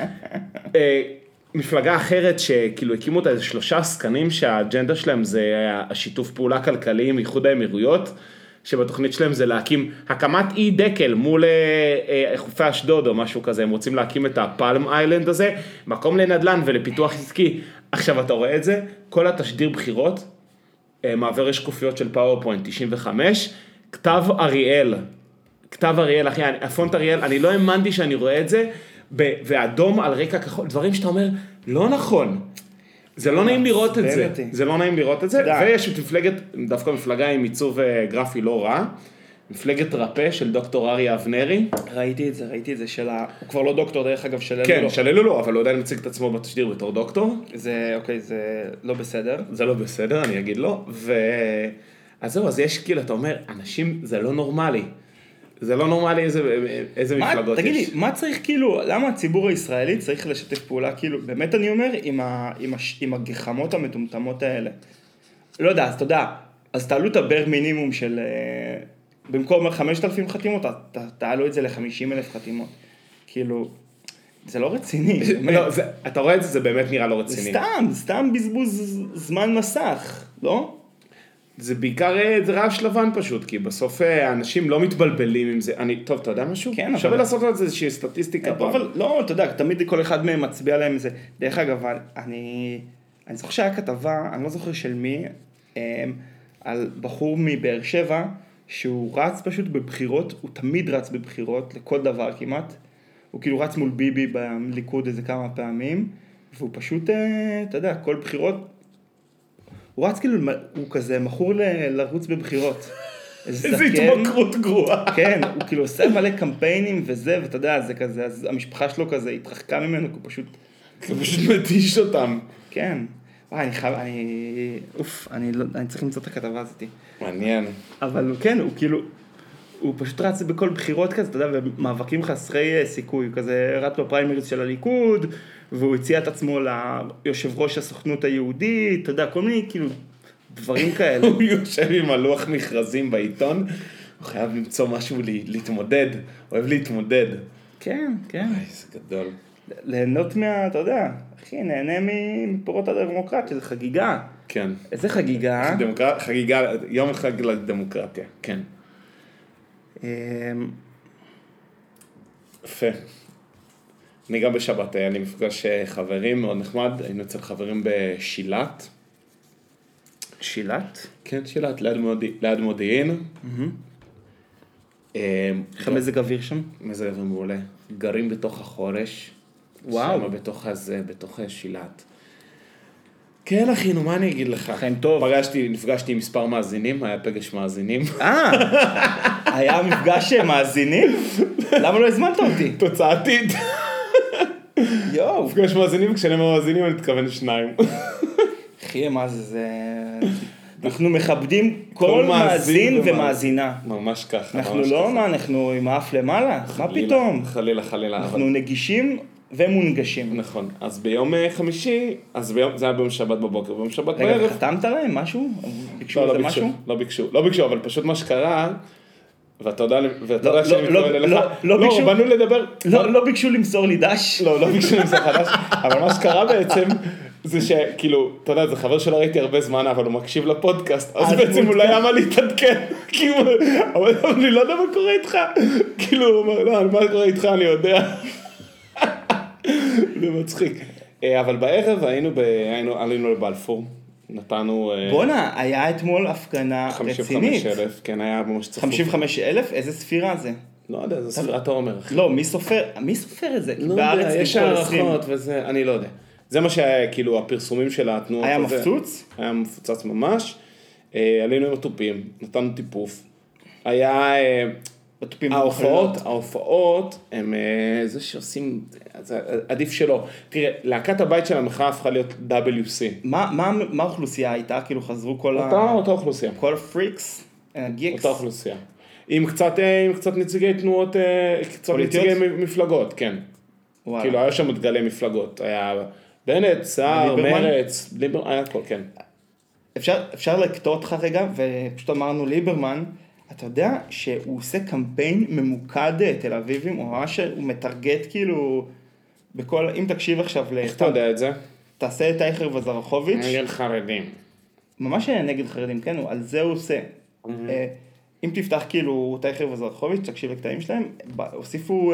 מפלגה אחרת שכאילו הקימו אותה איזה שלושה עסקנים שהאג'נדה שלהם זה השיתוף פעולה כלכלי עם איחוד האמירויות, שבתוכנית שלהם זה להקים הקמת אי דקל מול חופי אשדוד או משהו כזה, הם רוצים להקים את הפלם איילנד הזה, מקום לנדלן ולפיתוח עסקי. עכשיו אתה רואה את זה, כל התשדיר בחירות, מעבר שקופיות של פאורפוינט תשעים וחמש, כתב אריאל, כתב אריאל, אחי, הפונט אריאל, אני לא האמנתי שאני רואה את זה, ואדום על רקע כחול, דברים שאתה אומר, לא נכון. זה לא נעים לראות את זה. זה לא נעים לראות את זה. ויש את מפלגת, דווקא מפלגה עם עיצוב גרפי לא רע, מפלגת רפה של דוקטור אריה אבנרי. ראיתי את זה, ראיתי את זה של ה... הוא כבר לא דוקטור, דרך אגב, של אלו לא. כן, של אלו לא, אבל הוא עדיין מציג את עצמו בתשדיר בתור דוקטור. זה, אוקיי, זה לא בסדר. זה לא בסדר, אני אגיד לו. ו... אז זהו, אז יש כאילו, אתה אומר, אנשים, זה לא נורמלי. זה לא נורמלי איזה, איזה מה, מפלגות תגיד יש. לי, מה צריך כאילו, למה הציבור הישראלי צריך לשתף פעולה, כאילו, באמת אני אומר, עם, ה, עם, הש, עם הגחמות המטומטמות האלה. לא יודע, אז אתה יודע, אז תעלו את הבר מינימום של, במקום חמשת אלפים חתימות, ת, תעלו את זה ל-חמישים אלף חתימות. כאילו, זה לא רציני. לא, זה, אתה רואה את זה, זה באמת נראה לא רציני. זה סתם, סתם בזבוז זמן מסך, לא? זה בעיקר, זה רעש לבן פשוט, כי בסוף האנשים לא מתבלבלים עם זה. אני, טוב, אתה יודע משהו? כן, שווה לעשות על זה איזושהי סטטיסטיקה. אבל לא, אתה יודע, תמיד כל אחד מהם מצביע להם איזה. דרך אגב, אני, אני זוכר שהיה כתבה, אני לא זוכר של מי, על בחור מבאר שבע, שהוא רץ פשוט בבחירות, הוא תמיד רץ בבחירות, לכל דבר כמעט. הוא כאילו רץ מול ביבי בליכוד איזה כמה פעמים, והוא פשוט, אתה יודע, כל בחירות, הוא רץ כאילו, הוא כזה מכור ל, לרוץ בבחירות. איזה התמכרות גרועה. כן, הוא כאילו עושה מלא קמפיינים וזה, ואתה יודע, זה כזה, אז המשפחה שלו כזה התרחקה ממנו, הוא פשוט... הוא פשוט מתיש אותם. כן. וואי, אני חייב, אני... אוף, אני לא, אני צריך למצוא את הכתבה הזאת. מעניין. אבל כן, הוא כאילו... הוא פשוט רץ בכל בחירות כזה, אתה יודע, ומאבקים חסרי סיכוי, הוא כזה רץ בפריימריז של הליכוד, והוא הציע את עצמו ליושב ראש הסוכנות היהודית, אתה יודע, כל מיני כאילו דברים כאלה. הוא יושב עם הלוח מכרזים בעיתון, הוא חייב למצוא משהו להתמודד, אוהב להתמודד. כן, כן. וואי, זה גדול. ליהנות מה, אתה יודע, אחי, נהנה מפירות הדמוקרטיה, זה חגיגה. כן. איזה חגיגה? חגיגה, יום חג לדמוקרטיה, כן. יפה. אני גם בשבת, היה לי מפגש חברים מאוד נחמד, היינו אצל חברים בשילת. שילת? כן, שילת, ליד מודיעין. איך המזג אוויר שם? מזג אוויר מעולה. גרים בתוך החורש. וואו. שם בתוך הזה, בתוך שילת. כן, אחי, נו, מה אני אגיד לך? חיים טוב. פגשתי, נפגשתי עם מספר מאזינים, היה פגש מאזינים. אה, היה מפגש מאזינים? למה לא הזמנת אותי? תוצאתית. יואו. מפגש מאזינים, כשאני אומר מאזינים, אני מתכוון לשניים. אחי, מה זה, זה... אנחנו מכבדים כל מאזין ומאזינה. ממש ככה. אנחנו לא, מה, אנחנו עם האף למעלה? מה פתאום? חלילה, חלילה. אנחנו נגישים ומונגשים. נכון. אז ביום חמישי, אז זה היה ביום שבת בבוקר, ביום שבת בערב. רגע, חתמת להם משהו? ביקשו לזה משהו? לא ביקשו, לא ביקשו, אבל פשוט מה שקרה, ואתה יודע, ואתה יודע שאני מתכוון אליך, לא ביקשו, באנו לדבר, לא ביקשו למסור לי דש. לא, לא ביקשו למסור חדש, אבל מה שקרה בעצם, זה שכאילו, אתה יודע, זה חבר שלא ראיתי הרבה זמן, אבל הוא מקשיב לפודקאסט, אז בעצם הוא לא היה מה להתעדכן, כאילו, אבל אני לא יודע מה קורה איתך, כאילו, הוא אומר, לא, מה קורה איתך, אני יודע. זה מצחיק. אבל בערב היינו, עלינו לבלפור, נתנו... בונה, היה אתמול הפגנה רצינית. חמישים וחמישה אלף, כן, היה ממש צפוף. חמישים וחמישה אלף? איזה ספירה זה? לא יודע, זה ספירת העומר, אחי. לא, מי סופר? מי סופר את זה? לא יודע, יש הערכות וזה, אני לא יודע. זה מה שהיה, כאילו, הפרסומים של התנועות. היה מפצוץ? היה מפוצץ ממש. עלינו עם הטופים, נתנו טיפוף. היה... ההופעות, ההופעות, הם זה שעושים, עדיף שלא. תראה, להקת הבית של המחאה הפכה להיות דאבליו סי. מה האוכלוסייה הייתה? כאילו חזרו כל ה... אותה אוכלוסייה. כל הפריקס, גיקס. אותה אוכלוסייה. עם קצת נציגי תנועות, קצת נציגי מפלגות, כן. כאילו היה שם דגלי מפלגות. היה בנט, סער, מרץ, ליברמן, היה הכל, כן. אפשר לקטוע אותך רגע, ופשוט אמרנו ליברמן, אתה יודע שהוא עושה קמפיין ממוקד תל אביבים, הוא ממש, הוא מטרגט כאילו, בכל, אם תקשיב עכשיו, איך אתה יודע את זה? תעשה את אייכר וזרחוביץ'. נגד חרדים. ממש נגד חרדים, כן, על זה הוא עושה. אם תפתח כאילו את אייכר וזרחוביץ', תקשיב לקטעים שלהם, הוסיפו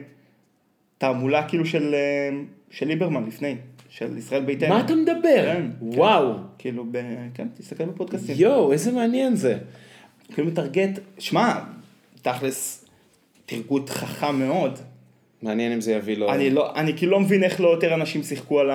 תעמולה כאילו של ליברמן לפני, של ישראל ביתנו. מה אתה מדבר? וואו. כאילו, כן, תסתכל בפודקאסטים. יואו, איזה מעניין זה. כאילו מתרגט, שמע, תכלס, תרגות חכם מאוד. מעניין אם זה יביא לו... אני לא, אני כאילו לא מבין איך לא יותר אנשים שיחקו על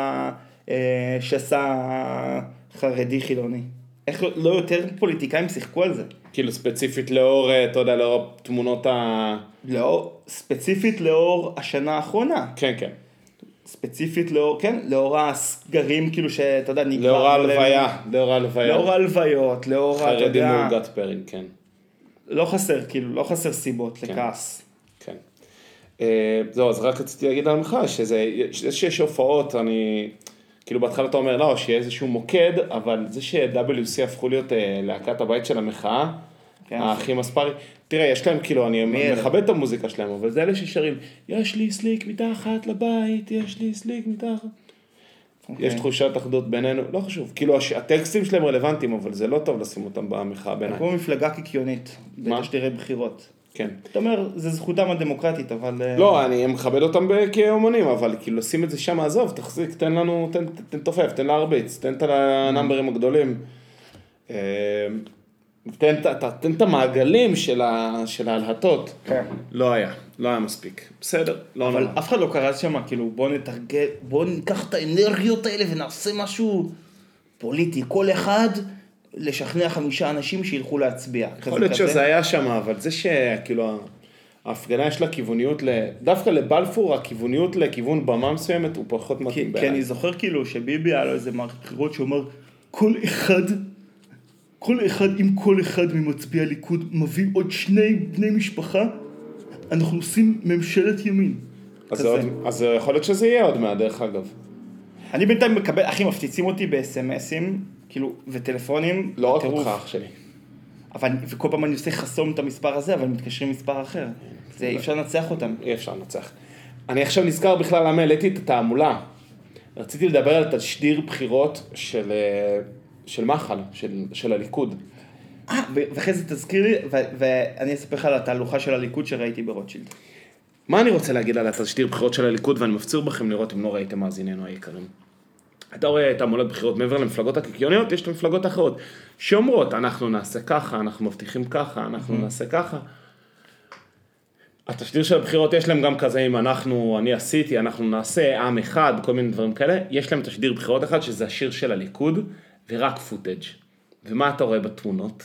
השסע חרדי חילוני. איך לא יותר פוליטיקאים שיחקו על זה. כאילו ספציפית לאור, אתה יודע, לאור תמונות ה... לאור, ספציפית לאור השנה האחרונה. כן, כן. ספציפית לאור, כן, לאור הסגרים, כאילו שאתה יודע, נקרא... לאור ההלוויה, לאור ההלוויה. לאור ההלוויות, לאור, אתה יודע... חרדים מעוגת פרינג, כן. לא חסר, כאילו, לא חסר סיבות לכעס. כן. זהו, אז רק רציתי להגיד על המחאה, שזה, שיש הופעות, אני... כאילו בהתחלה אתה אומר, לא, שיהיה איזשהו מוקד, אבל זה ש-דאבליו סי הפכו להיות להקת הבית של המחאה, האחים הספארי, תראה, יש להם כאילו, אני מכבד את המוזיקה שלהם, אבל זה אלה ששרים, יש לי סליק מתחת לבית, יש לי סליק מתחת. יש תחושת אחדות בינינו, לא חשוב, כאילו הטקסטים שלהם רלוונטיים, אבל זה לא טוב לשים אותם במחאה בעיניי. כמו מפלגה קיקיונית, בתשדירי בחירות. כן. אתה אומר, זה זכותם הדמוקרטית, אבל... לא, אני מכבד אותם כאומנים, אבל כאילו לשים את זה שם, עזוב, תחזיק, תן לנו, תן תופף, תן להרביץ, תן את הנאמברים הגדולים. תן את המעגלים של ההלהטות. כן. לא היה, לא היה מספיק. בסדר, לא נורא. אבל אף אחד לא קרא שם, כאילו, בוא נתרגל, בוא ניקח את האנרגיות האלה ונעשה משהו פוליטי. כל אחד לשכנע חמישה אנשים שילכו להצביע. יכול להיות שזה היה שם, אבל זה שכאילו ההפגנה יש לה כיווניות, דווקא לבלפור הכיווניות לכיוון במה מסוימת הוא פחות מתאים בעיניי. כי אני זוכר כאילו שביבי היה לו איזה מערכת בחירות שאומר, כל אחד, כל אחד עם כל אחד ממצביעי הליכוד מביא עוד שני בני משפחה, אנחנו עושים ממשלת ימין. אז יכול להיות שזה יהיה עוד מהדרך אגב. אני בינתיים מקבל, אחי, מפציצים אותי ב-אס-אם-אסים, כאילו, וטלפונים. לא רק אותך, אח שלי. אבל, וכל פעם אני עושה חסום את המספר הזה, אבל מתקשרים מספר אחר. זה אי אפשר לנצח אותם. אי אפשר לנצח. אני עכשיו נזכר בכלל למה העליתי את התעמולה. רציתי לדבר על תשדיר בחירות של, של מחל, של, של הליכוד. אה, ואחרי זה תזכיר לי, ואני אספר לך על התהלוכה של הליכוד שראיתי ברוטשילד. מה אני רוצה להגיד על התשדיר בחירות של הליכוד, ואני מפציר בכם לראות אם לא ראיתם מאזיננו היקרים. אתה רואה את המולד בחירות מעבר למפלגות הקיקיוניות, יש את המפלגות האחרות שאומרות, אנחנו נעשה ככה, אנחנו מבטיחים ככה, אנחנו נעשה ככה. התשדיר של הבחירות יש להם גם כזה, אם אנחנו, אני עשיתי, אנחנו נעשה עם אחד, כל מיני דברים כאלה, יש להם תשדיר בחירות אחד, שזה השיר של הליכוד, ורק פוטאג'. ומה אתה רואה בתמונות?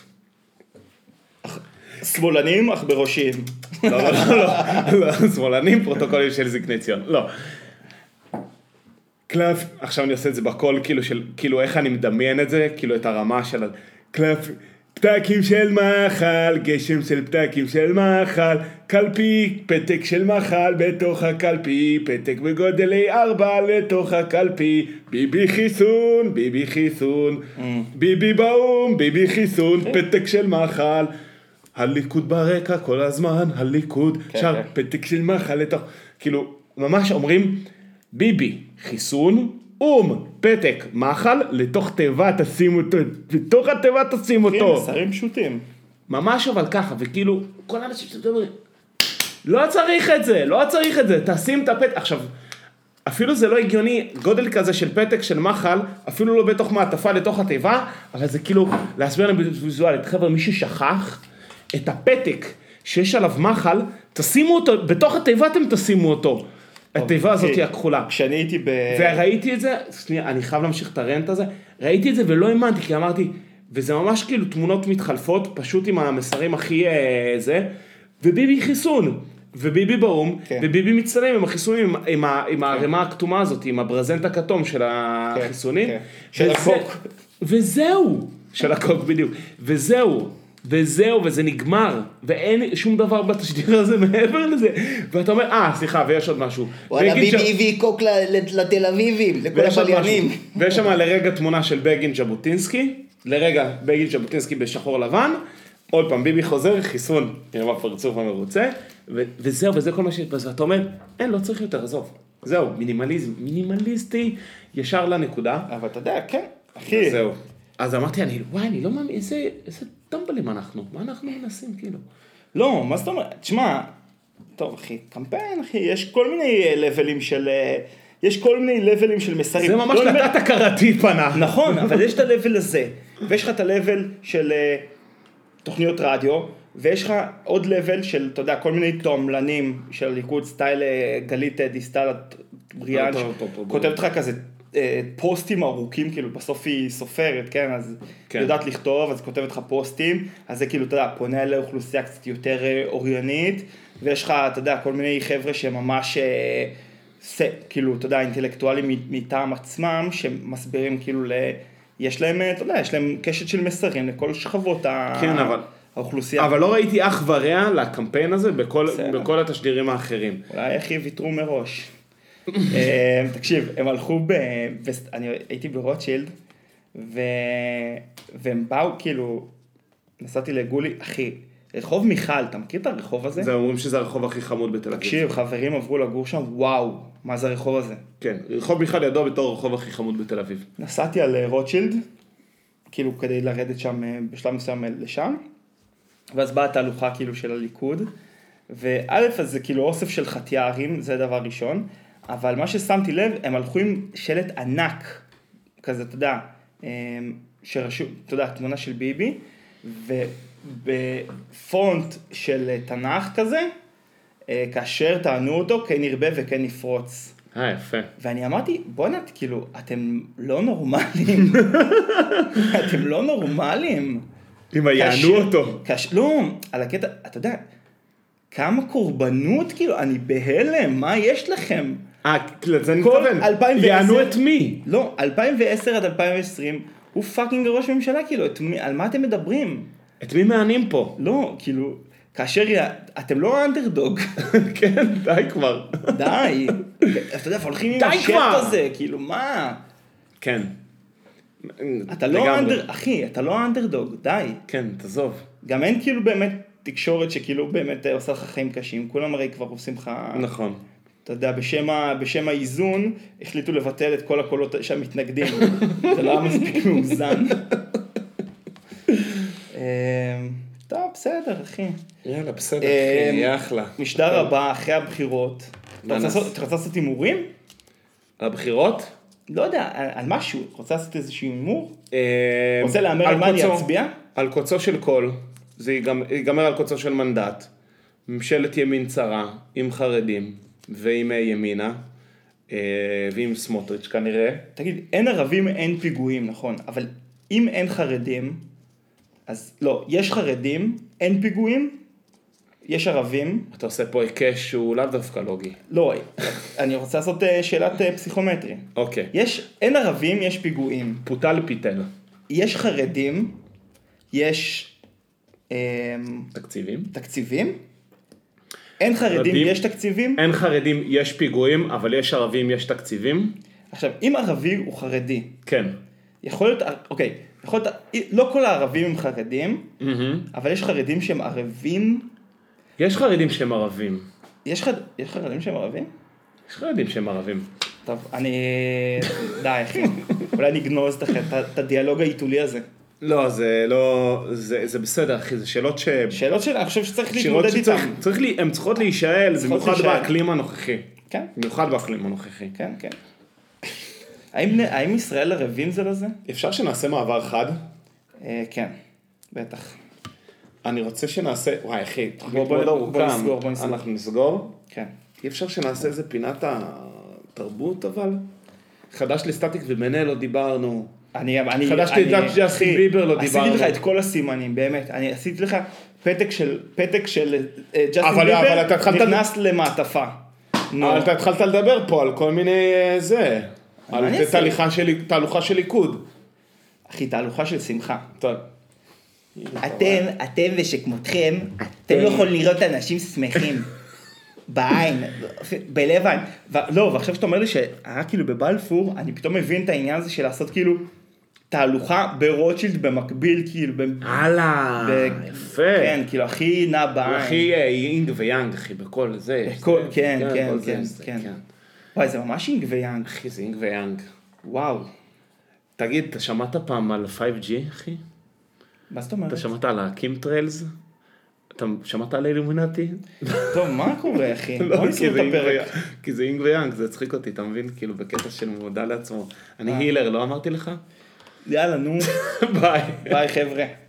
שמאלנים, אך בראשים. לא, לא, לא, לא, שמאלנים, פרוטוקולים של זקני ציון, לא. קלף, עכשיו אני עושה את זה בקול, כאילו של, כאילו איך אני מדמיין את זה, כאילו את הרמה של, קלף, פתקים של מחל, גשם של פתקים של מחל, קלפי, פתק של מחל בתוך הקלפי, פתק בגודל A ארבע לתוך הקלפי, ביבי חיסון, ביבי חיסון, ביבי באום, ביבי חיסון, פתק של מחל, הליכוד ברקע כל הזמן, הליכוד, שר פתק של מחל לתוך, כאילו ממש אומרים, ביבי חיסון, אום, פתק, מחל, לתוך תיבה תשים אותו, לתוך התיבה תשים אותו. כן, מסרים פשוטים. ממש אבל ככה, וכאילו, כל האנשים שתדברים, לא צריך את זה, לא צריך את זה, תשים את הפתק. עכשיו, אפילו זה לא הגיוני, גודל כזה של פתק של מחל, אפילו לא בתוך מעטפה לתוך התיבה, אבל זה כאילו, להסביר להם ויזואלית, חבר'ה, מי ששכח את הפתק שיש עליו מחל, תשימו אותו, בתוך התיבה אתם תשימו אותו. התיבה הזאת היא הכחולה. כשאני הייתי ב... וראיתי את זה, שנייה, אני חייב להמשיך את הרנט הזה, ראיתי את זה ולא האמנתי, כי אמרתי, וזה ממש כאילו תמונות מתחלפות, פשוט עם המסרים הכי זה, וביבי חיסון, וביבי באום, וביבי מצטלם עם החיסונים, עם הרמה הכתומה הזאת, עם הברזנט הכתום של החיסונים. של הקוק. וזהו, של הקוק בדיוק, וזהו. וזהו, וזה נגמר, ואין שום דבר בתשדיר הזה מעבר לזה, ואתה אומר, אה, סליחה, ויש עוד משהו. וואלה, ביבי הביא קוק לתל אביבים, לכל הבליינים. ויש שם לרגע תמונה של בגין ז'בוטינסקי, לרגע בגין ז'בוטינסקי בשחור לבן, עוד פעם, ביבי חוזר, חיסון, עם הפרצוף המרוצה, וזהו, וזה כל מה שיש, ואתה אומר, אין, לא צריך יותר, עזוב. זהו, מינימליזם, מינימליסטי, ישר לנקודה. אבל אתה יודע, כן, אחי. זהו. אז אמרתי, אני, וואי, אני לא מאמין, איזה, איזה טמבלים אנחנו, מה אנחנו מנסים, כאילו? לא, מה זאת אומרת? תשמע, טוב, אחי, קמפיין, אחי, יש כל מיני לבלים של, יש כל מיני לבלים של מסרים. זה ממש לתת הכרתי פנה. נכון, אבל יש את הלבל הזה, ויש לך את הלבל של תוכניות רדיו, ויש לך עוד לבל של, אתה יודע, כל מיני תועמלנים של הליכוד, סטייל גלית דיסטל בריאן, כותבת לך כזה, פוסטים ארוכים, כאילו בסוף היא סופרת, כן, אז כן. יודעת לכתוב, אז כותבת לך פוסטים, אז זה כאילו, אתה יודע, פונה לאוכלוסייה קצת יותר אוריינית, ויש לך, אתה יודע, כל מיני חבר'ה שממש, ס, כאילו, אתה יודע, אינטלקטואלים מטעם עצמם, שמסבירים כאילו, ל, יש להם, אתה יודע, יש להם קשת של מסרים לכל שכבות כן, ה... אבל... האוכלוסייה. אבל לא ראיתי אח ורע לקמפיין הזה בכל, בכל התשדירים האחרים. אולי איך ויתרו מראש. תקשיב, הם הלכו ב... אני הייתי ברוטשילד, והם באו כאילו, נסעתי לגולי, אחי, רחוב מיכל, אתה מכיר את הרחוב הזה? זה אומרים שזה הרחוב הכי חמוד בתל אביב. תקשיב, חברים עברו לגור שם, וואו, מה זה הרחוב הזה? כן, רחוב מיכל ידוע בתור הרחוב הכי חמוד בתל אביב. נסעתי על רוטשילד, כאילו כדי לרדת שם בשלב מסוים לשם, ואז באה התהלוכה כאילו של הליכוד, וא' אז זה כאילו אוסף של חתיארים, זה דבר ראשון, אבל מה ששמתי לב, הם הלכו עם שלט ענק, כזה, אתה יודע, שרשו, אתה יודע, תמונה של ביבי, ובפונט של תנ"ך כזה, כאשר טענו אותו, כן ירבה וכן יפרוץ. אה, יפה. ואני אמרתי, בוא'נה, כאילו, אתם לא נורמלים. אתם לא נורמלים. אם יענו אותו. קש... לא, על הקטע, אתה יודע, כמה קורבנות, כאילו, אני בהלם, מה יש לכם? אה, לזה אני מתכוון. אלפיים ועשר יענו את מי? לא, אלפיים ועשר עד אלפיים ועשרים, הוא פאקינג ראש ממשלה, כאילו, את מי, על מה אתם מדברים? את מי מענים פה? לא, כאילו, כאשר אתם לא האנדרדוג. כן, די כבר. די. אתה יודע, הולכים עם השט הזה, כאילו, מה? כן. אתה לא האנדר, אחי, אתה לא האנדרדוג, די. כן, תעזוב. גם אין כאילו באמת תקשורת שכאילו באמת עושה לך חיים קשים, כולם הרי כבר עושים לך... נכון. אתה יודע, בשם, ה, בשם האיזון, החליטו לבטל את כל הקולות שהמתנגדים. זה לא היה מספיק מאוזן. טוב, בסדר, אחי. יאללה, בסדר, אחי, יהיה אחלה. משדר הבא, אחרי הבחירות. אתה רוצה לעשות הימורים? על הבחירות? לא יודע, על משהו. רוצה לעשות איזשהו הימור? רוצה לאמר על מה אני אצביע? על קוצו של קול. זה ייגמר על קוצו של מנדט. ממשלת ימין צרה, עם חרדים. ועם ימינה, ועם סמוטריץ' כנראה. תגיד, אין ערבים, אין פיגועים, נכון, אבל אם אין חרדים, אז לא, יש חרדים, אין פיגועים, יש ערבים. אתה עושה פה היקש שהוא לאו דווקא לוגי. לא, אני רוצה לעשות שאלת פסיכומטרי. אוקיי. יש, אין ערבים, יש פיגועים. פוטל פיתל. יש חרדים, יש... תקציבים. תקציבים? אין חרדים, יש תקציבים? אין חרדים, יש פיגועים, אבל יש ערבים, יש תקציבים. עכשיו, אם ערבי הוא חרדי, כן. יכול להיות, אוקיי, יכול להיות, לא כל הערבים הם חרדים, אבל יש חרדים שהם ערבים. יש חרדים שהם ערבים. יש חרדים שהם ערבים? יש חרדים שהם ערבים. טוב, אני... די, אחי. אולי נגנוז את הדיאלוג העיתולי הזה. לא, זה לא, זה, זה בסדר, אחי, זה שאלות ש... שאלות שאני חושב שצריך להתמודד איתן. צריך, הן צריכות להישאל, זה במיוחד באקלים הנוכחי. כן. במיוחד באקלים הנוכחי. כן, כן. האם, האם ישראל ערבים זה לזה? אפשר שנעשה מעבר חד? אה, כן, בטח. אני רוצה שנעשה, וואי, אחי, בוא, בוא, בוא, בוא נסגור, בוא נסגור. אנחנו נסגור? כן. אי אפשר שנעשה איזה פינת התרבות, אבל? חדש לסטטיק ובנה לא דיברנו. אני, אני, חדשתי את ג'סטין ביבר, לא דיברנו. עשיתי לך את כל הסימנים, באמת. אני עשיתי לך פתק של, פתק של ג'סטין ביבר, נכנס למעטפה. אבל אתה התחלת לדבר פה על כל מיני זה, על תהלוכה של ליכוד. אחי, תהלוכה של שמחה. טוב. אתם, אתם ושכמותכם, אתם לא יכולים לראות אנשים שמחים. בעין, בלב עין. לא, ועכשיו שאתה אומר לי שהיה כאילו בבלפור, אני פתאום מבין את העניין הזה של לעשות כאילו תהלוכה ברוטשילד במקביל, כאילו. הלאה, יפה. כן, כאילו הכי נע בעין. הכי אינג ויאנג, אחי, בכל זה. כן, כן, כן. וואי, זה ממש אינג ויאנג. אחי, זה אינג ויאנג. וואו. תגיד, אתה שמעת פעם על פייב ג'י, אחי? מה זאת אומרת? אתה שמעת על הקים טריילס? אתה שמעת על אילומינטי? טוב, מה קורה, אחי? בוא נסיים את הפרק. כי זה אינג ויאנג, זה הצחיק אותי, אתה מבין? כאילו, בקטע של מודע לעצמו. אני הילר, לא אמרתי לך? יאללה, נו. ביי. ביי, חבר'ה.